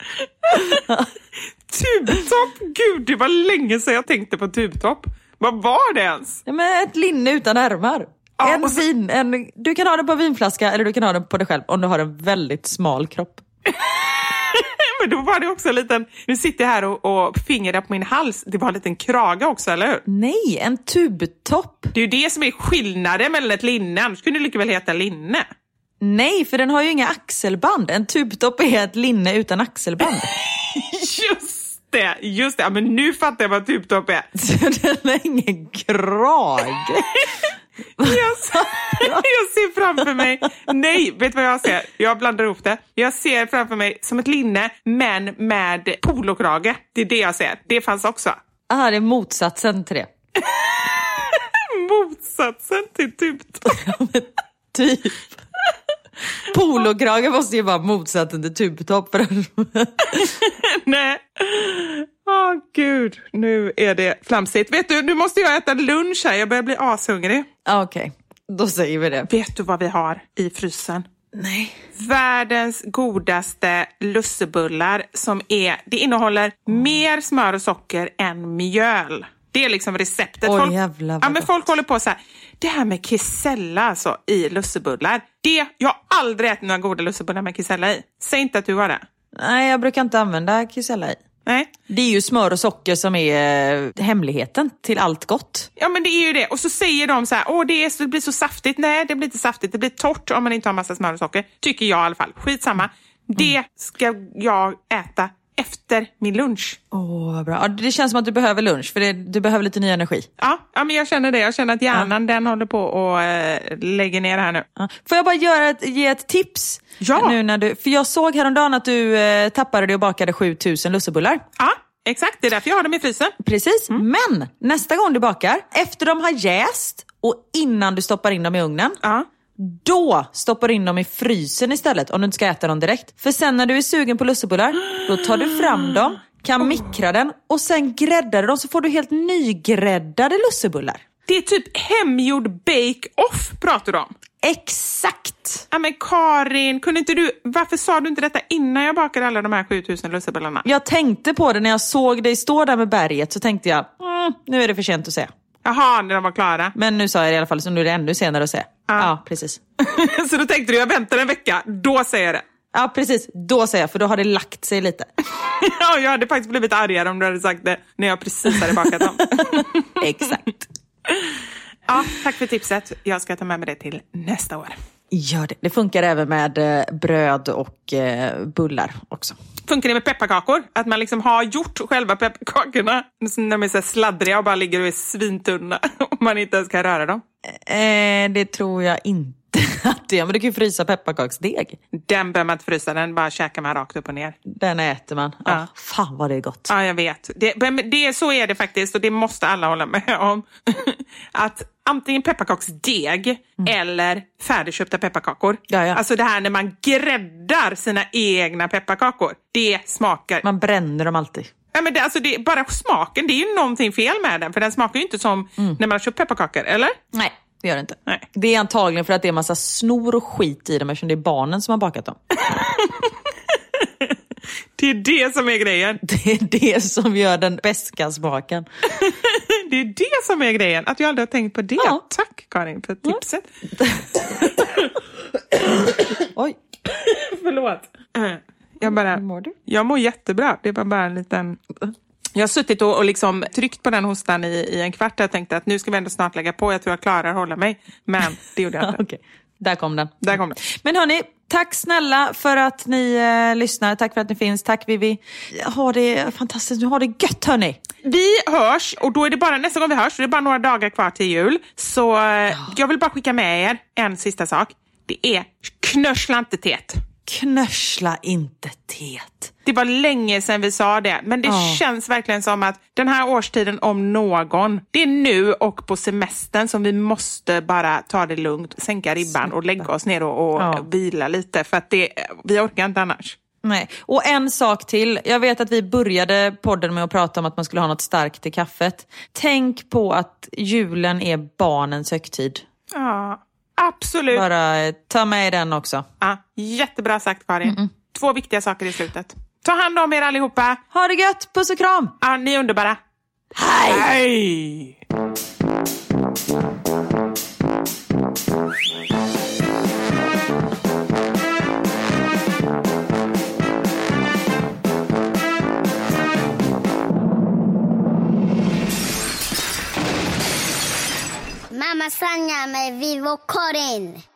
Tubtopp? Gud, det var länge sedan jag tänkte på tubtopp. Vad var det ens? Ja, men ett linne utan ärmar. Ja, en så... vin, en, du kan ha den på en vinflaska eller du kan ha den på dig själv om du har en väldigt smal kropp. Men då var det också en liten... Nu sitter jag här och, och fingrar på min hals. Det var en liten krage också, eller hur? Nej, en tubtopp. Det är ju det som är skillnaden mellan ett linne. Annars skulle det lika väl heta linne. Nej, för den har ju inga axelband. En tubtopp är ett linne utan axelband. Just det, just det. Ja, men nu fattar jag vad tubtopp är. Så den har ingen krage. Jag, jag ser framför mig... Nej, vet du vad jag ser? Jag blandar ihop det. Jag ser framför mig som ett linne, men med polokrage. Det är det jag ser. Det fanns också. Aha, det är motsatsen till det. Motsatsen till tubtopp. Typ. Polokrage måste ju vara motsatsen till tubtopp. Nej. Åh oh, gud, nu är det flamsigt. Vet du, nu måste jag äta lunch här. Jag börjar bli ashungrig. Okej, okay. Då säger vi det. Vet du vad vi har i frysen? Nej. Världens godaste lussebullar som är... Det innehåller mer smör och socker än mjöl. Det är liksom receptet. Oj, folk, jävlar, ja, men folk håller på så här. Det här med kisella alltså i lussebullar. Det, jag har aldrig ätit några goda lussebullar med kisella i. Säg inte att du har det. Nej, jag brukar inte använda kisella i. Nej. Det är ju smör och socker som är hemligheten till allt gott. Ja, men det är ju det. Och så säger de så här, åh det, är så, det blir så saftigt. Nej, det blir inte saftigt. Det blir torrt om man inte har massa smör och socker. Tycker jag i alla fall. Skitsamma. Det ska jag äta efter min lunch. Åh, oh, vad bra. Ja, det känns som att du behöver lunch, för det, du behöver lite ny energi. Ja, ja, men jag känner det. Jag känner att hjärnan, ja. den håller på och äh, lägger ner här nu. Ja. Får jag bara göra ett, ge ett tips? Ja. Nu när du, för jag såg häromdagen att du äh, tappade dig och bakade sjutusen lussebullar. Ja, exakt. Det är därför jag har dem i frysen. Precis, mm. Men nästa gång du bakar, efter de har jäst och innan du stoppar in dem i ugnen, ja. Då stoppar du in dem i frysen istället om du inte ska äta dem direkt. För sen när du är sugen på lussebullar, då tar du fram dem, kan oh. mikra den och sen gräddar du dem, så får du helt nygräddade lussebullar. Det är typ hemgjord bake-off pratar du om. Exakt! Ja, men Karin, kunde inte du, varför sa du inte detta innan jag bakade alla de här sjutusen lussebullarna? Jag tänkte på det när jag såg dig stå där med berget, så tänkte jag, mm, nu är det för sent att säga. Jaha, när de var klara. Men nu sa jag det i alla fall, så nu är det ännu senare att säga. Ja, ja precis. Så då tänkte du, jag väntar en vecka, då säger jag det. Ja, precis. Då säger jag, för då har det lagt sig lite. Ja, jag hade faktiskt blivit argare om du hade sagt det när jag precis hade bakat dem. Exakt. Ja, tack för tipset. Jag ska ta med mig det till nästa år. Gör det. Det funkar även med eh, bröd och eh, bullar också. Funkar det med pepparkakor? Att man liksom har gjort själva pepparkakorna när de är så sladdriga och bara ligger och är svintunna och man inte ens kan röra dem? Eh, det tror jag inte att det är. Men du kan ju frysa pepparkaksdeg. Den behöver man inte frysa, den bara käkar man rakt upp och ner. Den äter man. Ja. Oh, fan vad det är gott. Ja, jag vet. Det, det, så är det faktiskt och det måste alla hålla med om. Att antingen pepparkaksdeg mm. eller färdigköpta pepparkakor. Ja, ja. Alltså det här när man gräddar sina egna pepparkakor. Det smakar... Man bränner dem alltid. Ja, men det, alltså det, bara smaken, det är ju någonting fel med den. För den smakar ju inte som mm. när man har köpt pepparkakor, eller? Nej, det gör det inte. Nej. Det är antagligen för att det är massa snor och skit i dem eftersom det är barnen som har bakat dem. Det är det som är grejen. Det är det som gör den beska smaken. Det är det som är grejen. Att jag aldrig har tänkt på det. Ja. Tack Karin för tipset. Oj. Förlåt. Jag bara, mår du? Jag mår jättebra. Det var bara en liten... Jag har suttit och, och liksom tryckt på den hostan i, i en kvart. Jag tänkte att nu ska vi ändå snart lägga på. Jag tror jag klarar att hålla mig. Men det gjorde jag inte. Okej. Där kom den. Där kom den. Men hörni, tack snälla för att ni eh, lyssnar. Tack för att ni finns. Tack Vivi. Ha det fantastiskt. Nu har det gött hörni. Vi hörs och då är det bara nästa gång vi hörs. Så det är bara några dagar kvar till jul. Så eh, jag vill bara skicka med er en sista sak. Det är knörsla inte tet. Knörsla inte tet. Det var länge sedan vi sa det. Men det oh. känns verkligen som att den här årstiden om någon, det är nu och på semestern som vi måste bara ta det lugnt, sänka ribban och lägga oss ner och, och oh. vila lite. För att det, vi orkar inte annars. Nej. Och en sak till. Jag vet att vi började podden med att prata om att man skulle ha något starkt i kaffet. Tänk på att julen är barnens högtid. Ja, absolut. Bara ta med den också. Ja, jättebra sagt Karin. Mm-mm. Två viktiga saker i slutet. Ta hand om er allihopa. Ha det gött, puss och kram. Ja, ni är underbara. Hej! Hej! Mamma Sanja med Vivo Karin.